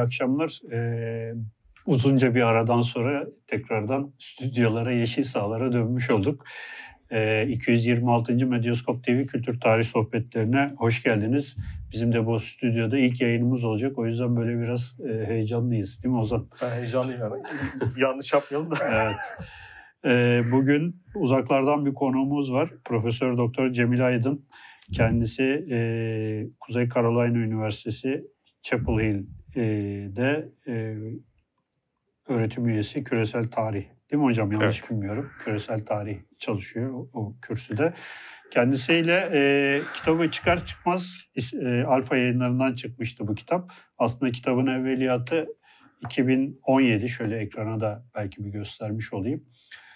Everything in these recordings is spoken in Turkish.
akşamlar. Uzunca bir aradan sonra tekrardan stüdyolara, yeşil sahalara dönmüş olduk. 226. Medyaskop TV Kültür Tarih Sohbetlerine hoş geldiniz. Bizim de bu stüdyoda ilk yayınımız olacak. O yüzden böyle biraz heyecanlıyız, değil mi Ozan? Ben heyecanlıyım yani. Yanlış yapmayalım da. Evet. Bugün uzaklardan bir konuğumuz var. Profesör Doktor Cemil Aydın. Kendisi Kuzey Carolina Üniversitesi Chapel Hill'de öğretim üyesi küresel tarih. Değil mi hocam? Yanlış bilmiyorum. Küresel tarih çalışıyor o kürsüde. Kendisiyle kitabı çıkar çıkmaz Alfa Yayınlarından çıkmıştı bu kitap. Aslında kitabın evveliyatı 2017. Şöyle ekrana da belki bir göstermiş olayım.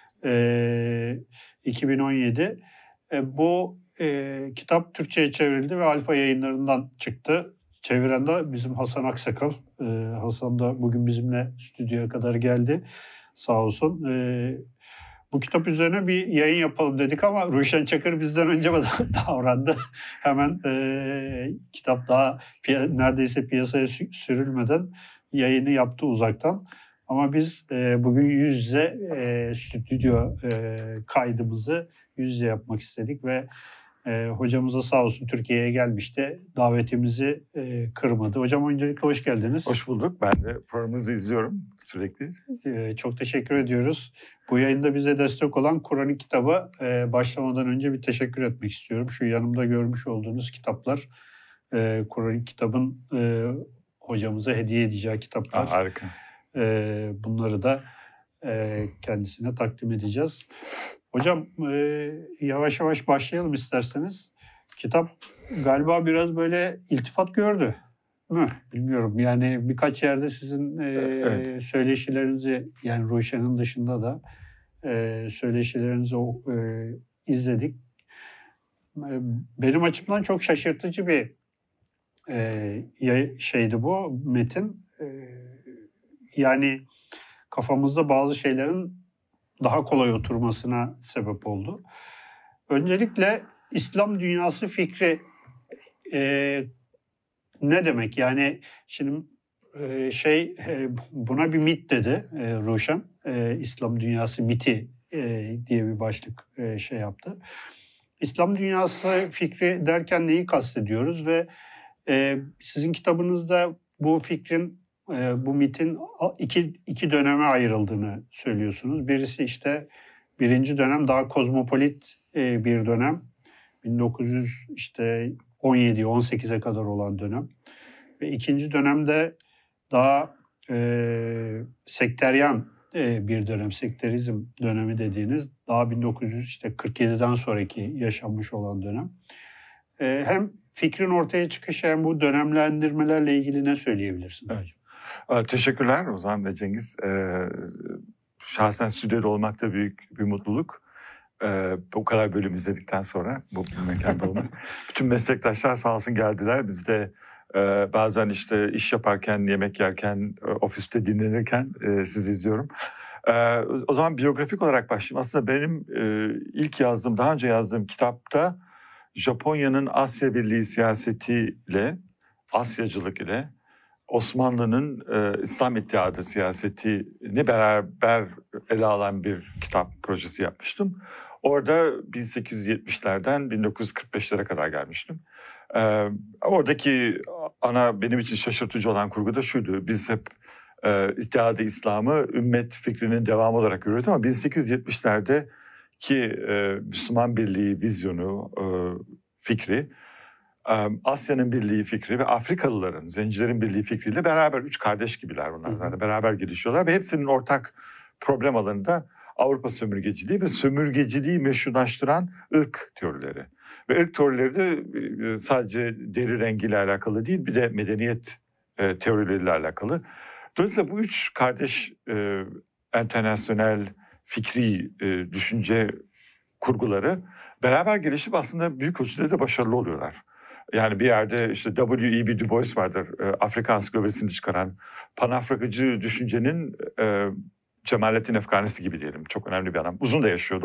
2017. Bu kitap Türkçe'ye çevrildi ve Alfa Yayınlarından çıktı. Çeviren de bizim Hasan Aksakal. Hasan da bugün bizimle stüdyoya kadar geldi. Sağ olsun. Bu kitap üzerine bir yayın yapalım dedik ama Ruşen Çakır bizden önce davrandı. Hemen kitap daha neredeyse piyasaya sürülmeden yayını yaptı uzaktan. Ama biz bugün yüz yüze stüdyo kaydımızı yüz yüze yapmak istedik ve hocamıza sağ olsun Türkiye'ye gelmişti. Davetimizi kırmadı. Hocam öncelikle hoş geldiniz. Hoş bulduk. Ben de programınızı izliyorum sürekli. Çok teşekkür ediyoruz. Bu yayında bize destek olan Kur'an kitabı başlamadan önce bir teşekkür etmek istiyorum. Şu yanımda görmüş olduğunuz kitaplar Kur'an kitabın hocamıza hediye edeceği kitaplar. Harika. Bunları da kendisine takdim edeceğiz. Hocam yavaş yavaş başlayalım isterseniz. Kitap galiba biraz böyle iltifat gördü. Mü? Bilmiyorum. Yani birkaç yerde sizin evet, söyleşilerinizi, yani Ruşen'in dışında da söyleşilerinizi izledik. Benim açımdan çok şaşırtıcı bir şeydi bu metin. Yani kafamızda bazı şeylerin daha kolay oturmasına sebep oldu. Öncelikle İslam dünyası fikri ne demek? Yani şimdi buna bir mit dedi Ruşen. İslam dünyası miti diye bir başlık şey yaptı. İslam dünyası fikri derken neyi kastediyoruz ve sizin kitabınızda bu fikrin, bu mitin iki döneme ayrıldığını söylüyorsunuz. Birisi işte birinci dönem daha kozmopolit bir dönem. 1917-18'e kadar olan dönem. Ve ikinci dönemde daha sekteryan bir dönem, sekterizm dönemi dediğiniz daha 1947'den sonraki yaşanmış olan dönem. Hem fikrin ortaya çıkışı hem bu dönemlendirmelerle ilgili ne söyleyebilirsiniz hocam? Evet. Teşekkürler Ozan ve Cengiz. Şahsen stüdyoda olmak da büyük bir mutluluk. Bu kadar bölüm izledikten sonra bu mekanda olmak. Bütün meslektaşlar sağ olsun geldiler. Biz de bazen işte iş yaparken, yemek yerken, ofiste dinlenirken sizi izliyorum. O zaman biyografik olarak başlayayım. Aslında benim ilk daha önce yazdığım kitapta Japonya'nın Asya Birliği siyasetiyle, Asyacılık ile Osmanlı'nın İslam İttihadı siyasetini beraber ele alan bir kitap projesi yapmıştım. Orada 1870'lerden 1945'lere kadar gelmiştim. Oradaki benim için şaşırtıcı olan kurgu da şuydu. Biz hep İttihadı İslam'ı ümmet fikrinin devamı olarak görüyoruz ama 1870'lerde ki Müslüman Birliği vizyonu, fikri, Asya'nın birliği fikri ve Afrikalıların, Zencilerin birliği fikriyle beraber üç kardeş gibiler bunlar. Zaten beraber gelişiyorlar ve hepsinin ortak problem alanında Avrupa sömürgeciliği ve sömürgeciliği meşrulaştıran ırk teorileri. Ve ırk teorileri de sadece deri rengiyle alakalı değil, bir de medeniyet teorileriyle alakalı. Dolayısıyla bu üç kardeş internasyonel fikri düşünce kurguları beraber gelişip aslında büyük ölçüde de başarılı oluyorlar. Yani bir yerde işte W.E.B. Du Bois vardır, Afrika Ansiklopedisini çıkaran Panafrikacı düşüncenin Cemalettin Efkanisi gibi diyelim. Çok önemli bir adam. Uzun da yaşıyor,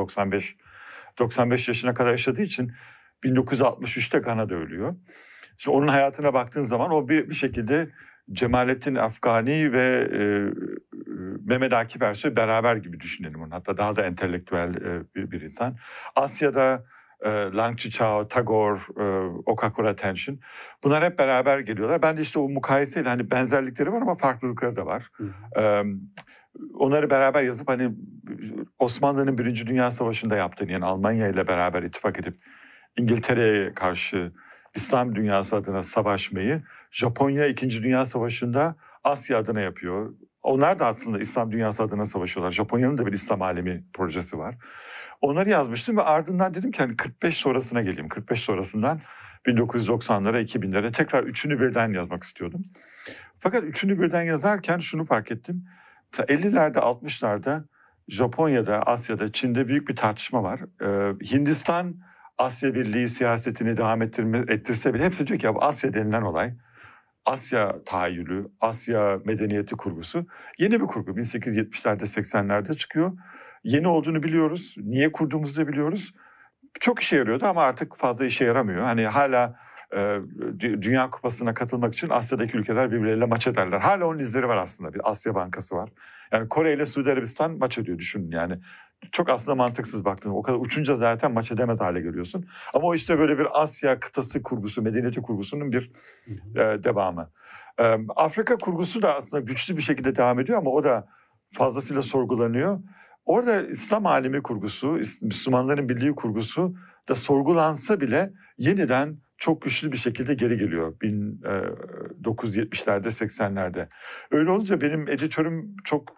95 yaşına kadar yaşadığı için 1963'te Gana'da ölüyor. Şimdi onun hayatına baktığın zaman o bir şekilde Cemalettin Afgani ve Mehmet Akif Ersoy beraber gibi düşünelim onu. Hatta daha da entelektüel bir insan. Asya'da Lang Chichao, Tagore, Okakura Tenshin. Bunlar hep beraber geliyorlar. Ben de işte o mukayeseyle hani benzerlikleri var ama farklılıkları da var. Onları beraber yazıp hani Osmanlı'nın 1. Dünya Savaşı'nda yaptığını, yani Almanya ile beraber ittifak edip İngiltere'ye karşı İslam dünyası adına savaşmayı Japonya 2. Dünya Savaşı'nda Asya adına yapıyor. Onlar da aslında İslam dünyası adına savaşıyorlar. Japonya'nın da bir İslam alemi projesi var. Onları yazmıştım ve ardından dedim ki hani 45 sonrasına geleyim. 45 sonrasından 1990'lara, 2000'lere tekrar üçünü birden yazmak istiyordum. Fakat üçünü birden yazarken şunu fark ettim. 50'lerde, 60'larda Japonya'da, Asya'da, Çin'de büyük bir tartışma var. Hindistan Asya Birliği siyasetini devam ettirse bile hepsi diyor ki ya bu Asya denilen olay, Asya tahayyülü, Asya medeniyeti kurgusu yeni bir kurgu. 1870'lerde, 80'lerde çıkıyor. Yeni olduğunu biliyoruz. Niye kurduğumuzu da biliyoruz. Çok işe yarıyordu ama artık fazla işe yaramıyor. Hani hala Dünya Kupası'na katılmak için Asya'daki ülkeler birbirleriyle maç ederler. Hala onun izleri var aslında. Bir Asya Bankası var. Yani Kore ile Suudi Arabistan maç ediyor, düşünün yani. Çok aslında mantıksız baktığında. O kadar uçunca zaten maç edemez hale geliyorsun. Ama o işte böyle bir Asya kıtası kurgusu, medeniyeti kurgusunun bir devamı. Afrika kurgusu da aslında güçlü bir şekilde devam ediyor ama o da fazlasıyla sorgulanıyor. Orada İslam alemi kurgusu, Müslümanların birliği kurgusu da sorgulansa bile yeniden çok güçlü bir şekilde geri geliyor 1970'lerde, 80'lerde. Öyle olunca benim editörüm çok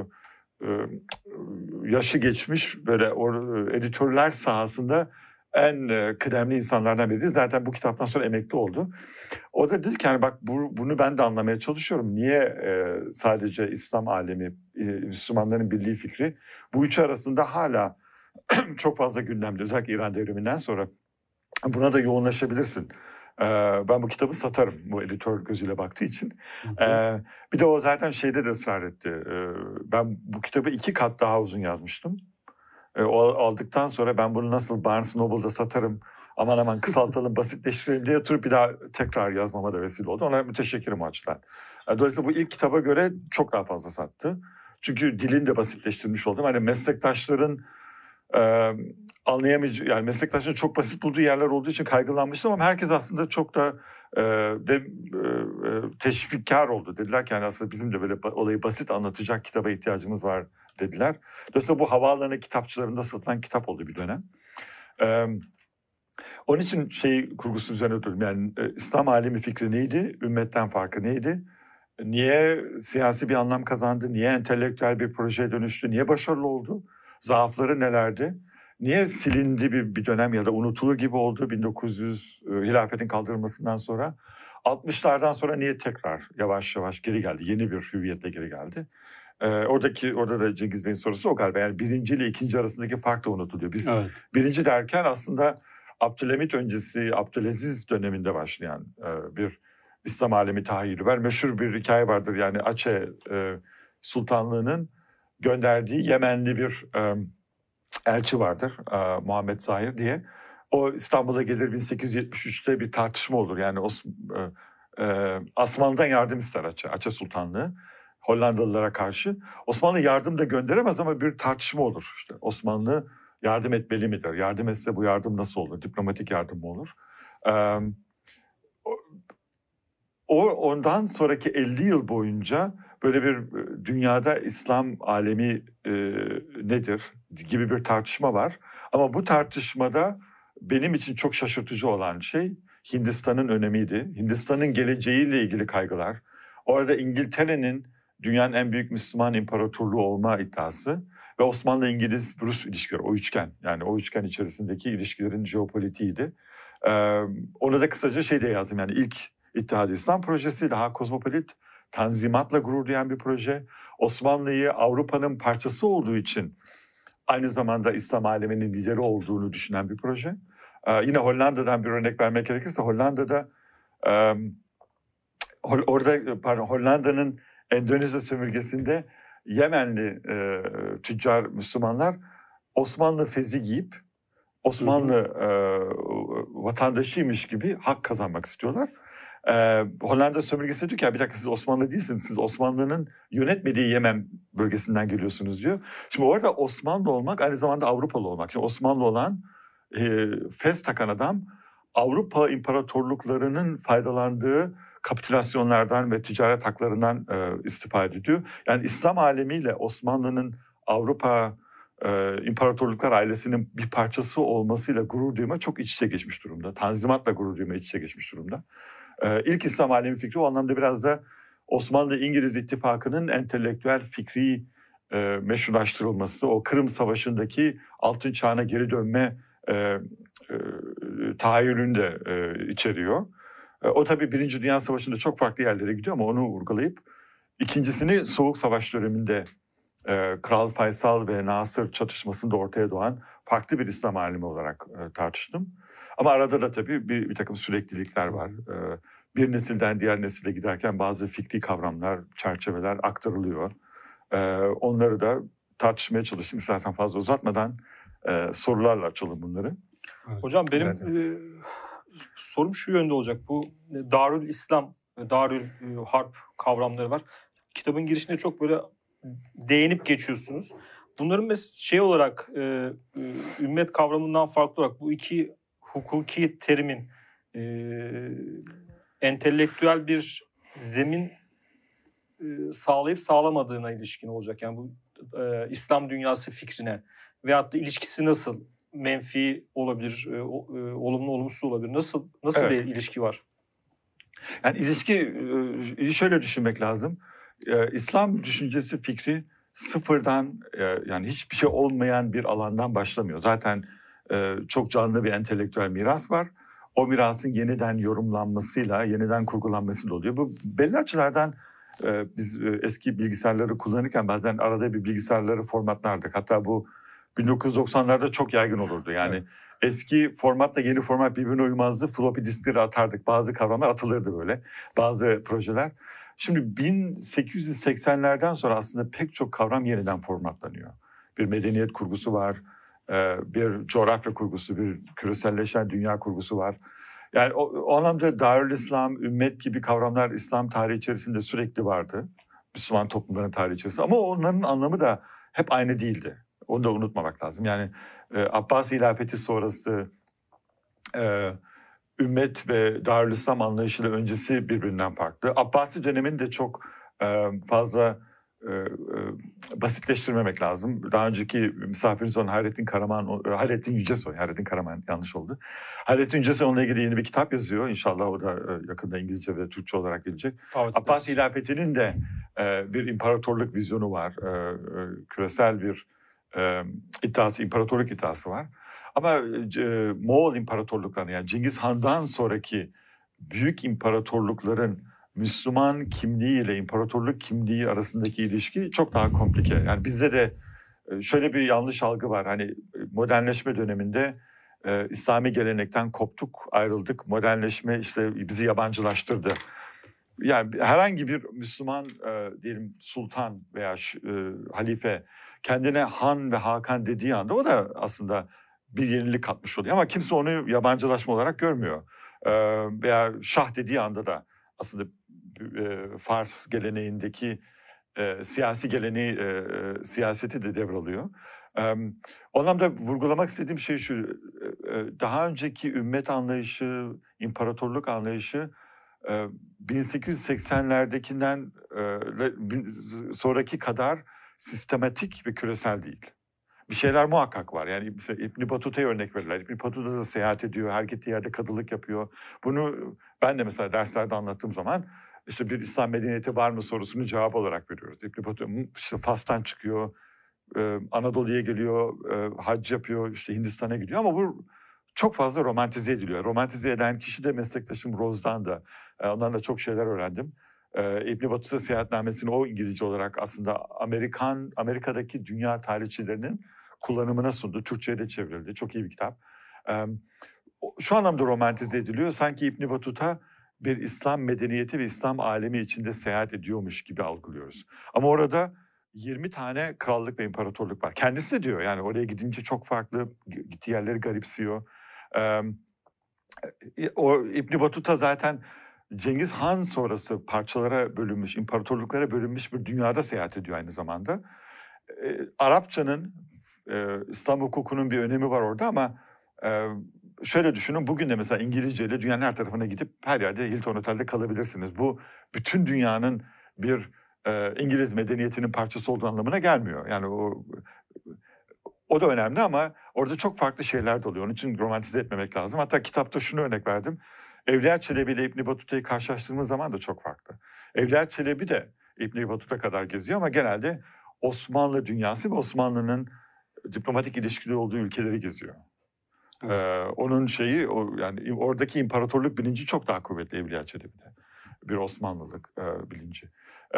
yaşı geçmiş, böyle editörler sahasında en kıdemli insanlardan biri. Zaten bu kitaptan sonra emekli oldu. O da dedi ki yani bak bunu ben de anlamaya çalışıyorum. Niye sadece İslam alemi, Müslümanların birliği fikri bu üçü arasında hala çok fazla gündemde. Özellikle İran devriminden sonra buna da yoğunlaşabilirsin. Ben bu kitabı satarım bu editör gözüyle baktığı için. Bir de o zaten şeyde de ısrar etti. Ben bu kitabı 2 kat daha uzun yazmıştım. O aldıktan sonra ben bunu nasıl Barnes Noble'da satarım, aman kısaltalım, basitleştirelim diye oturup bir daha tekrar yazmama da vesile oldu. Ona müteşekkirim o açıdan. Dolayısıyla bu ilk kitaba göre çok daha fazla sattı. Çünkü dilini de basitleştirmiş oldum. Hani meslektaşların anlayamayacağı, yani meslektaşların çok basit bulduğu yerler olduğu için kaygılanmıştım ama herkes aslında çok da teşvikkar oldu. Dediler ki yani aslında bizim de böyle olayı basit anlatacak kitaba ihtiyacımız var dediler. Dolayısıyla bu havaalanı kitapçılarında satılan kitap oldu bir dönem. Onun için kurgusu üzerine durdum. Yani İslam alemi fikri neydi? Ümmetten farkı neydi? Niye siyasi bir anlam kazandı? Niye entelektüel bir projeye dönüştü? Niye başarılı oldu? Zaafları nelerdi? Niye silindi bir dönem ya da unutulur gibi oldu 1900 hilafetin kaldırılmasından sonra? 60'lardan sonra niye tekrar yavaş yavaş geri geldi? Yeni bir hüviyetle geri geldi. Orada da Cengiz Bey'in sorusu o galiba. Yani 1. ile 2. arasındaki fark da unutuluyor. Biz 1. derken aslında Abdülhamit öncesi Abdülaziz döneminde başlayan bir İslam alemi tahayyülü var. Meşhur bir hikaye vardır. Yani Aceh Sultanlığı'nın gönderdiği Yemenli bir elçi vardır. Muhammed Zahir diye. O İstanbul'a gelir, 1873'te bir tartışma olur. Yani Osmanlı'dan yardım ister Aceh Sultanlığı. Hollandalılara karşı. Osmanlı yardım da gönderemez ama bir tartışma olur. İşte Osmanlı yardım etmeli midir? Yardım etse bu yardım nasıl olur? Diplomatik yardım mı olur? Ondan sonraki 50 yıl boyunca böyle bir dünyada İslam alemi nedir gibi bir tartışma var. Ama bu tartışmada benim için çok şaşırtıcı olan şey Hindistan'ın önemiydi. Hindistan'ın geleceğiyle ilgili kaygılar. Orada İngiltere'nin dünyanın en büyük Müslüman imparatorluğu olma iddiası ve Osmanlı-İngiliz-Rus ilişkileri, o üçgen. Yani o üçgen içerisindeki ilişkilerin jeopolitiğiydi. Ona da kısaca de yazdım. Yani ilk İttihad-ı İslam projesi daha kozmopolit, tanzimatla gurur duyan bir proje. Osmanlı'yı Avrupa'nın parçası olduğu için aynı zamanda İslam aleminin lideri olduğunu düşünen bir proje. Yine Hollanda'dan bir örnek vermek gerekirse Hollanda'da Hollanda'nın Endonezya sömürgesinde Yemenli tüccar Müslümanlar Osmanlı fezi giyip Osmanlı vatandaşıymış gibi hak kazanmak istiyorlar. Hollanda sömürgesi diyor ki bir dakika siz Osmanlı değilsiniz. Siz Osmanlı'nın yönetmediği Yemen bölgesinden geliyorsunuz diyor. Şimdi orada Osmanlı olmak aynı zamanda Avrupalı olmak. Şimdi Osmanlı olan fes takan adam Avrupa imparatorluklarının faydalandığı kapitülasyonlardan ve ticaret haklarından istifade ediyor. Yani İslam alemiyle Osmanlı'nın Avrupa imparatorluklar ailesinin bir parçası olmasıyla gurur duyma çok iç içe geçmiş durumda. Tanzimatla gurur duyma iç içe geçmiş durumda. İlk İslam alemi fikri o anlamda biraz da Osmanlı-İngiliz ittifakının entelektüel fikri meşrulaştırılması, o Kırım Savaşı'ndaki altın çağına geri dönme tahayyülünü de içeriyor. O tabii Birinci Dünya Savaşı'nda çok farklı yerlere gidiyor ama onu vurgulayıp ikincisini Soğuk Savaş döneminde Kral Faysal ve Nasır çatışmasında ortaya doğan farklı bir İslam alimi olarak tartıştım. Ama arada da tabii bir takım süreklilikler var. Bir nesilden diğer nesile giderken bazı fikri kavramlar, çerçeveler aktarılıyor. Onları da tartışmaya çalıştım. İstersen fazla uzatmadan sorularla açalım bunları. Hocam benim sorum şu yönde olacak. Bu Darül İslam, Darül Harp kavramları var. Kitabın girişinde çok böyle değinip geçiyorsunuz. Bunların şey olarak ümmet kavramından farklı olarak bu iki hukuki terimin entelektüel bir zemin sağlayıp sağlamadığına ilişkin olacak. Yani bu İslam dünyası fikrine veyahut da ilişkisi nasıl? Menfi olabilir, olumlu olumsuz olabilir. Nasıl evet. Bir ilişki var? Yani ilişki şöyle düşünmek lazım. İslam düşüncesi fikri sıfırdan yani hiçbir şey olmayan bir alandan başlamıyor. Zaten çok canlı bir entelektüel miras var. O mirasın yeniden yorumlanmasıyla, yeniden kurgulanmasıyla oluyor. Bu belli açılardan biz eski bilgisayarları kullanırken bazen arada bir bilgisayarları formatlardık. Hatta bu 1990'larda çok yaygın olurdu. Yani eski formatla yeni format birbirine uymazdı. Floppy diskleri atardık. Bazı kavramlar atılırdı böyle. Bazı projeler. Şimdi 1880'lerden sonra aslında pek çok kavram yeniden formatlanıyor. Bir medeniyet kurgusu var. Bir coğrafya kurgusu, bir küreselleşen dünya kurgusu var. Yani o anlamda Darülislam, ümmet gibi kavramlar İslam tarihi içerisinde sürekli vardı. Müslüman toplumların tarihi içerisinde. Ama onların anlamı da hep aynı değildi. Onu da unutmamak lazım. Yani Abbasi hilafeti sonrası ümmet ve Darülislam anlayışıyla öncesi birbirinden farklı. Abbasi dönemini de çok fazla basitleştirmemek lazım. Daha önceki misafiriniz olan Hayrettin Yücesoy, Hayrettin Karaman yanlış oldu. Hayrettin Yücesoy onunla ilgili yeni bir kitap yazıyor. İnşallah o da yakında İngilizce ve Türkçe olarak gelecek. Evet, Abbasi hilafetinin de bir imparatorluk vizyonu var. Küresel bir imparatorluk iddiası var. Ama Moğol imparatorluklarının yani Cengiz Han'dan sonraki büyük imparatorlukların Müslüman kimliğiyle imparatorluk kimliği arasındaki ilişki çok daha komplike. Yani bizde de şöyle bir yanlış algı var. Hani modernleşme döneminde İslami gelenekten koptuk, ayrıldık. Modernleşme işte bizi yabancılaştırdı. Yani herhangi bir Müslüman diyelim sultan veya halife kendine Han ve Hakan dediği anda o da aslında bir yenilik katmış oluyor. Ama kimse onu yabancılaşma olarak görmüyor. Veya Şah dediği anda da aslında Fars geleneğindeki siyasi geleneği, siyaseti de devralıyor. O anlamda vurgulamak istediğim şey şu, daha önceki ümmet anlayışı, imparatorluk anlayışı 1880'lerdekinden sonraki kadar sistematik ve küresel değil. Bir şeyler muhakkak var. Yani mesela İbn Batuta'ya örnek verirler. İbn Batuta da seyahat ediyor, her gittiği yerde kadılık yapıyor. Bunu ben de mesela derslerde anlattığım zaman işte bir İslam medeniyeti var mı sorusunu cevap olarak veriyoruz. İbn Batuta işte Fas'tan çıkıyor, Anadolu'ya geliyor, hac yapıyor, işte Hindistan'a gidiyor ama bu çok fazla romantize ediliyor. Romantize eden kişi de meslektaşım Rose'dan da. Ondan da çok şeyler öğrendim. İbn Battuta seyahatnamesini o İngilizce olarak aslında Amerika'daki dünya tarihçilerinin kullanımına sundu. Türkçe'ye de çevrildi. Çok iyi bir kitap. Şu anlamda romantize ediliyor. Sanki İbn Battuta bir İslam medeniyeti ve İslam alemi içinde seyahat ediyormuş gibi algılıyoruz. Ama orada 20 tane krallık ve imparatorluk var. Kendisi de diyor yani oraya gidince çok farklı, gittiği yerleri garipsiyor. O İbn Battuta zaten Cengiz Han sonrası parçalara bölünmüş, imparatorluklara bölünmüş bir dünyada seyahat ediyor aynı zamanda. Arapçanın, İslam hukukunun bir önemi var orada ama şöyle düşünün, bugün de mesela İngilizce ile dünyanın her tarafına gidip her yerde Hilton Otel'de kalabilirsiniz. Bu bütün dünyanın bir İngiliz medeniyetinin parçası olduğu anlamına gelmiyor. Yani o da önemli ama orada çok farklı şeyler de oluyor. Onun için romantize etmemek lazım. Hatta kitapta şunu örnek verdim. Evliya Çelebi ile İbn Batuta'yı karşılaştırdığımız zaman da çok farklı. Evliya Çelebi de İbn Batuta kadar geziyor ama genelde Osmanlı dünyası ve Osmanlı'nın diplomatik ilişkileri olduğu ülkeleri geziyor. Onun şeyi, yani oradaki imparatorluk bilinci çok daha kuvvetli Evliya Çelebi'de. Bir Osmanlılık bilinci.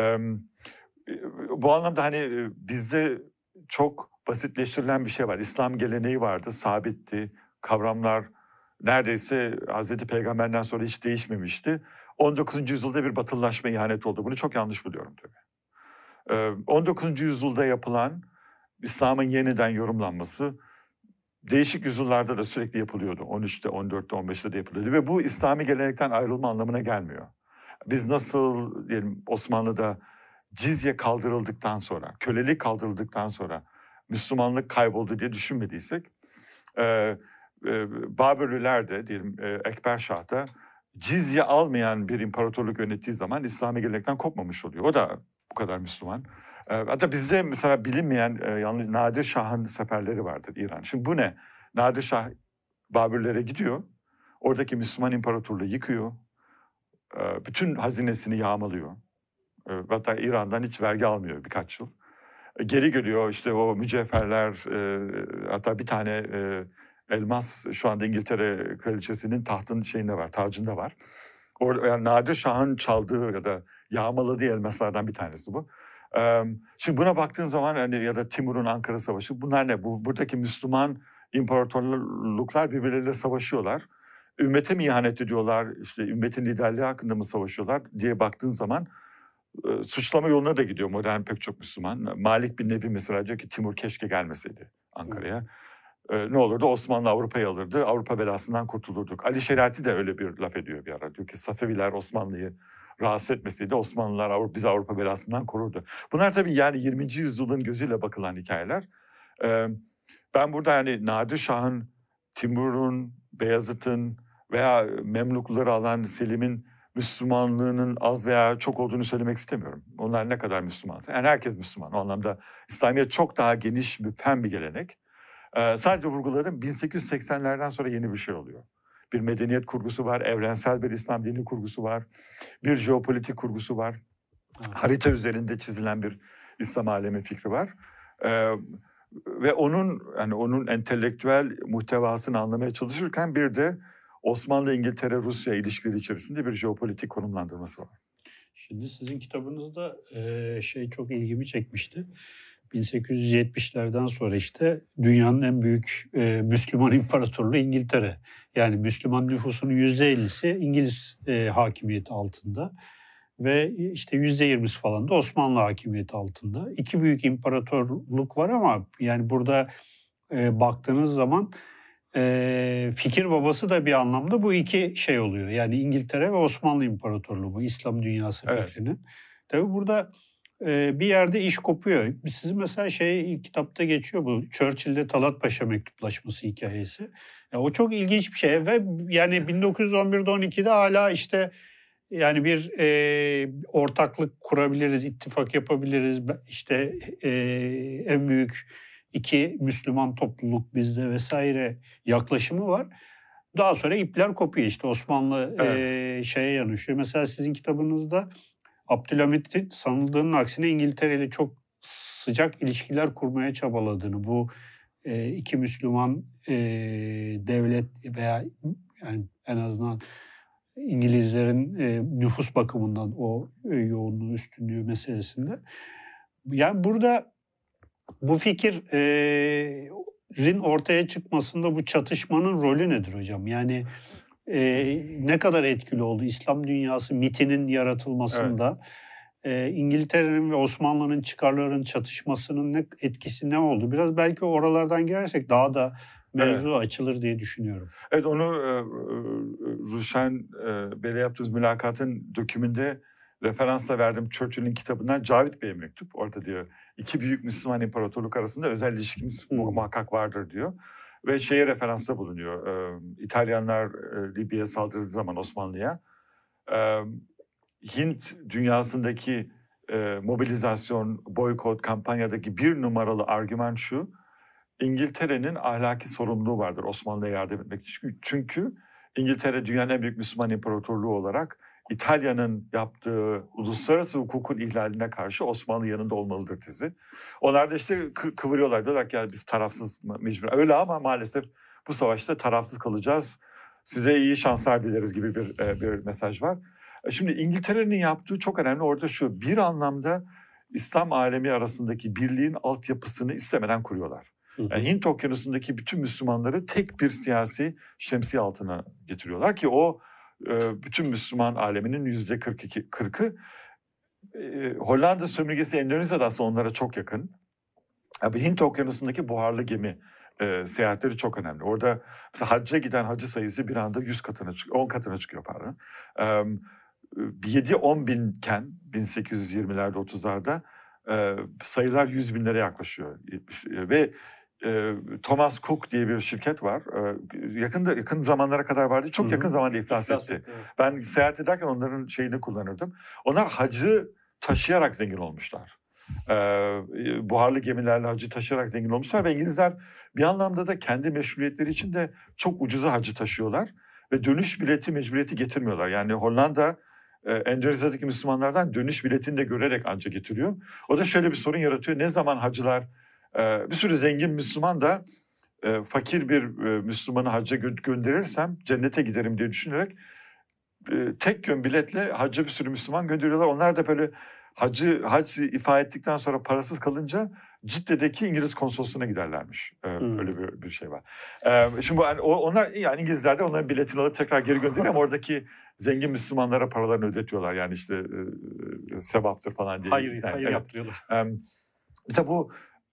Bu anlamda hani bizde çok basitleştirilen bir şey var. İslam geleneği vardı, sabitti. Kavramlar neredeyse Hazreti Peygamber'den sonra hiç değişmemişti. 19. yüzyılda bir batılılaşma, ihanet oldu. Bunu çok yanlış buluyorum tabii. 19. yüzyılda yapılan İslam'ın yeniden yorumlanması değişik yüzyıllarda da sürekli yapılıyordu. 13'te, 14'te, 15'te de yapılıyordu. Ve bu İslami gelenekten ayrılma anlamına gelmiyor. Biz nasıl diyelim Osmanlı'da cizye kaldırıldıktan sonra, kölelik kaldırıldıktan sonra Müslümanlık kayboldu diye düşünmediysek, Babürlüler de diyelim Ekber Şah da cizye almayan bir imparatorluk yönettiği zaman İslami gelenekten kopmamış oluyor. O da bu kadar Müslüman. Hatta bizde mesela bilinmeyen Nadir Şah'ın seferleri vardır İran. Şimdi bu ne? Nadir Şah Babürlere gidiyor. Oradaki Müslüman imparatorluğu yıkıyor. Bütün hazinesini yağmalıyor. Hatta İran'dan hiç vergi almıyor birkaç yıl. Geri geliyor işte o mücevherler, hatta bir tane elmas şu anda İngiltere kraliçesinin tahtın şeyinde var, tacında var. Yani Nadir Şah'ın çaldığı ya da yağmaladığı elmaslardan bir tanesi bu. Şimdi buna baktığın zaman hani ya da Timur'un Ankara Savaşı, bunlar ne? Buradaki Müslüman imparatorluklar birbirleriyle savaşıyorlar. Ümmete mi ihanet ediyorlar, işte ümmetin liderliği hakkında mı savaşıyorlar diye baktığın zaman suçlama yoluna da gidiyor modern pek çok Müslüman. Malik bin Nebi mesela diyor ki Timur keşke gelmeseydi Ankara'ya. Ne olurdu? Osmanlı Avrupa'yı alırdı. Avrupa belasından kurtulurduk. Ali Şerati de öyle bir laf ediyor bir ara. Diyor ki Safeviler Osmanlı'yı rahatsız etmeseydi Osmanlılar bizi Avrupa belasından korurdu. Bunlar tabii yani 20. yüzyılın gözüyle bakılan hikayeler. Ben burada yani Nadir Şah'ın, Timur'un, Beyazıt'ın veya Memlukluları alan Selim'in Müslümanlığının az veya çok olduğunu söylemek istemiyorum. Onlar ne kadar Müslümansa. Yani herkes Müslüman. O anlamda İslamiyet çok daha geniş bir gelenek. Sadece vurguladım 1880'lerden sonra yeni bir şey oluyor. Bir medeniyet kurgusu var, evrensel bir İslam dini kurgusu var, bir jeopolitik kurgusu var. Harita üzerinde çizilen bir İslam alemi fikri var. Ve onun entelektüel muhtevasını anlamaya çalışırken bir de Osmanlı, İngiltere, Rusya ilişkileri içerisinde bir jeopolitik konumlandırması var. Şimdi sizin kitabınızda çok ilgimi çekmişti. 1870'lerden sonra işte dünyanın en büyük Müslüman imparatorluğu İngiltere. Yani Müslüman nüfusunun %50'si İngiliz hakimiyeti altında. Ve işte %20'si falan da Osmanlı hakimiyeti altında. İki büyük imparatorluk var ama yani burada baktığınız zaman fikir babası da bir anlamda bu iki şey oluyor. Yani İngiltere ve Osmanlı İmparatorluğu, bu İslam dünyası fikrinin. Evet. Tabii burada bir yerde iş kopuyor. Siz mesela kitapta geçiyor bu Churchill'de Talat Paşa mektuplaşması hikayesi. Ya o çok ilginç bir şey ve yani 1911'de 12'de hala işte yani bir ortaklık kurabiliriz, ittifak yapabiliriz. İşte en büyük iki Müslüman topluluk bizde vesaire yaklaşımı var. Daha sonra ipler kopuyor işte Osmanlı şeye yanaşıyor. Mesela sizin kitabınızda Abdülhamit'in sanıldığının aksine İngiltere ile çok sıcak ilişkiler kurmaya çabaladığını, bu iki Müslüman devlet veya yani en azından İngilizlerin nüfus bakımından o yoğunluğu, üstünlüğü meselesinde. Yani burada bu fikrin ortaya çıkmasında bu çatışmanın rolü nedir hocam? Yani ne kadar etkili oldu İslam dünyası mitinin yaratılmasında? Evet. İngiltere'nin ve Osmanlı'nın çıkarlarının çatışmasının etkisi ne oldu? Biraz belki oralardan girersek daha da mevzu açılır diye düşünüyorum. Evet, onu Ruşen Bey'le yaptığımız mülakatın dökümünde referansla verdim Churchill'in kitabından Cavit Bey'e mektup. Orada diyor 2 büyük Müslüman imparatorluk arasında özel ilişkimiz muhakkak vardır diyor. Ve şeye referansla bulunuyor. İtalyanlar Libya'ya saldırdığı zaman Osmanlı'ya Hint dünyasındaki mobilizasyon, boykot, kampanyadaki bir numaralı argüman şu: İngiltere'nin ahlaki sorumluluğu vardır Osmanlı'ya yardım etmek için. Çünkü İngiltere dünyanın en büyük Müslüman imparatorluğu olarak İtalya'nın yaptığı uluslararası hukukun ihlaline karşı Osmanlı yanında olmalıdır tezi. Onlar da işte kıvırıyorlar. Diyorlar ki ya biz tarafsız mecbur. Öyle ama maalesef bu savaşta tarafsız kalacağız. Size iyi şanslar dileriz gibi bir mesaj var. Şimdi İngiltere'nin yaptığı çok önemli. Orada şu: bir anlamda İslam alemi arasındaki birliğin altyapısını istemeden kuruyorlar. Yani Hint Okyanusu'ndaki bütün Müslümanları tek bir siyasi şemsiye altına getiriyorlar ki o bütün Müslüman aleminin %40'ı Hollanda sömürgesi Endonezya'da aslında onlara çok yakın. Abi Hint Okyanusu'ndaki buharlı gemi seyahatleri çok önemli. Orada mesela hacca giden hacı sayısı bir anda 100 katına çıkıyor, 10 katına çıkıyor pardon. 7-10 binken 1820'lerde 30'larda sayılar 100 binlere yaklaşıyor. Ve Thomas Cook diye bir şirket var. Yakın zamanlara kadar vardı. Çok yakın zamanda iflas etti. Evet. Ben seyahat ederken onların şeyini kullanırdım. Onlar hacı taşıyarak zengin olmuşlar. Buharlı gemilerle hacı taşıyarak zengin olmuşlar ve İngilizler bir anlamda da kendi meşruiyetleri için de çok ucuza hacı taşıyorlar ve dönüş bileti mecburiyeti getirmiyorlar. Yani Hollanda Endonezya'daki Müslümanlardan dönüş biletini de görerek anca getiriyor. O da şöyle bir sorun yaratıyor. Ne zaman hacılar bir sürü zengin Müslüman da fakir bir Müslümanı hacca gönderirsem cennete giderim diye düşünerek tek yön biletle hacca bir sürü Müslüman gönderiyorlar. Onlar da böyle hac ifa ettikten sonra parasız kalınca Cidde'deki İngiliz konsolosluğuna giderlermiş. Öyle bir şey var. Şimdi onlar yani İngilizler de onların biletini alıp tekrar geri gönderiyor ama oradaki zengin Müslümanlara paralarını ödetiyorlar. Yani işte sevaptır falan diye. Hayır yaptırıyorlar. Mesela bu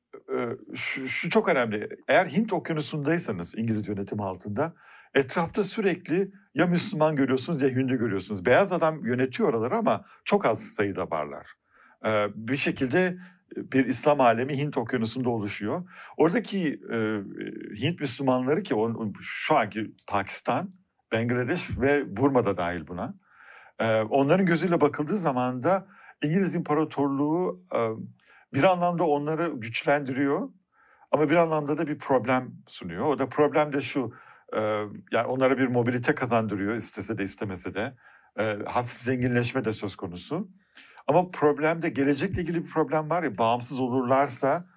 şu çok önemli. Eğer Hint Okyanusu'ndaysanız İngiliz yönetimi altında etrafta sürekli ya Müslüman görüyorsunuz ya Hindu görüyorsunuz. Beyaz adam yönetiyor oraları ama çok az sayıda varlar. Bir şekilde bir İslam alemi Hint Okyanusu'nda oluşuyor. Oradaki Hint Müslümanları ki şu anki Pakistan, Bangladeş ve Burma'da dahil buna. Onların gözüyle bakıldığı zaman da İngiliz İmparatorluğu bir anlamda onları güçlendiriyor ama bir anlamda da bir problem sunuyor. O da problem de şu: yani onlara bir mobilite kazandırıyor istese de istemese de. Hafif zenginleşme de söz konusu. Ama problemde gelecekle ilgili bir problem var ya, bağımsız olurlarsa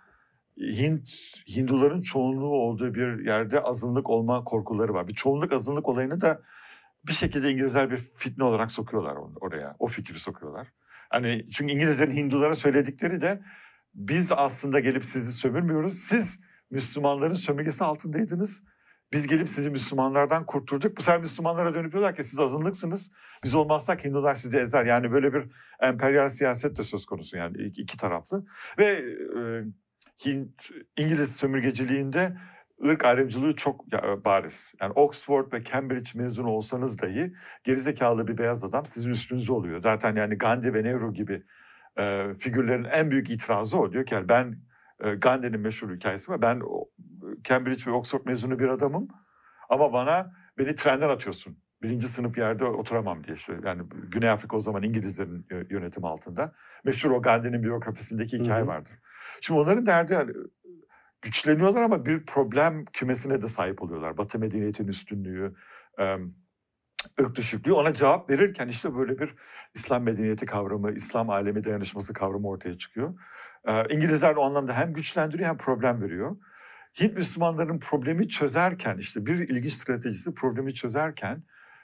Hinduların çoğunluğu olduğu bir yerde azınlık olma korkuları var. Bir çoğunluk azınlık olayını da bir şekilde İngilizler bir fitne olarak sokuyorlar oraya. O fikri sokuyorlar. Hani çünkü İngilizlerin Hindulara söyledikleri de biz aslında gelip sizi sömürmüyoruz. Siz Müslümanların sömürgesi altındaydınız. Biz gelip sizi Müslümanlardan kurtulduk. Bu sefer Müslümanlara dönüp diyorlar ki siz azınlıksınız. Biz olmazsak Hindular sizi ezer. Yani böyle bir emperyal siyaset de söz konusu, yani iki taraflı. Ve İngiliz sömürgeciliğinde ırk ayrımcılığı çok bariz. Yani Oxford ve Cambridge mezunu olsanız dahi gerizekalı bir beyaz adam sizin üstünüzde oluyor. Zaten yani Gandhi ve Nehru gibi figürlerin en büyük itirazı o. Diyor ki yani ben Gandhi'nin meşhur hikayesi var. Ben Cambridge ve Oxford mezunu bir adamım ama beni trenden atıyorsun. 1. sınıf yerde oturamam diye. İşte. Yani Güney Afrika o zaman İngilizlerin yönetimi altında. Meşhur o Gandhi'nin biyografisindeki hikaye vardır. Şimdi onların derdi yani güçleniyorlar ama bir problem kümesine de sahip oluyorlar. Batı medeniyetinin üstünlüğü, ırk düşüklüğü. Ona cevap verirken işte böyle bir İslam medeniyeti kavramı, İslam alemi dayanışması kavramı ortaya çıkıyor. İngilizler o anlamda hem güçlendiriyor hem problem veriyor. Hint Müslümanların problemi çözerken, işte bir ilginç stratejisi problemi çözerken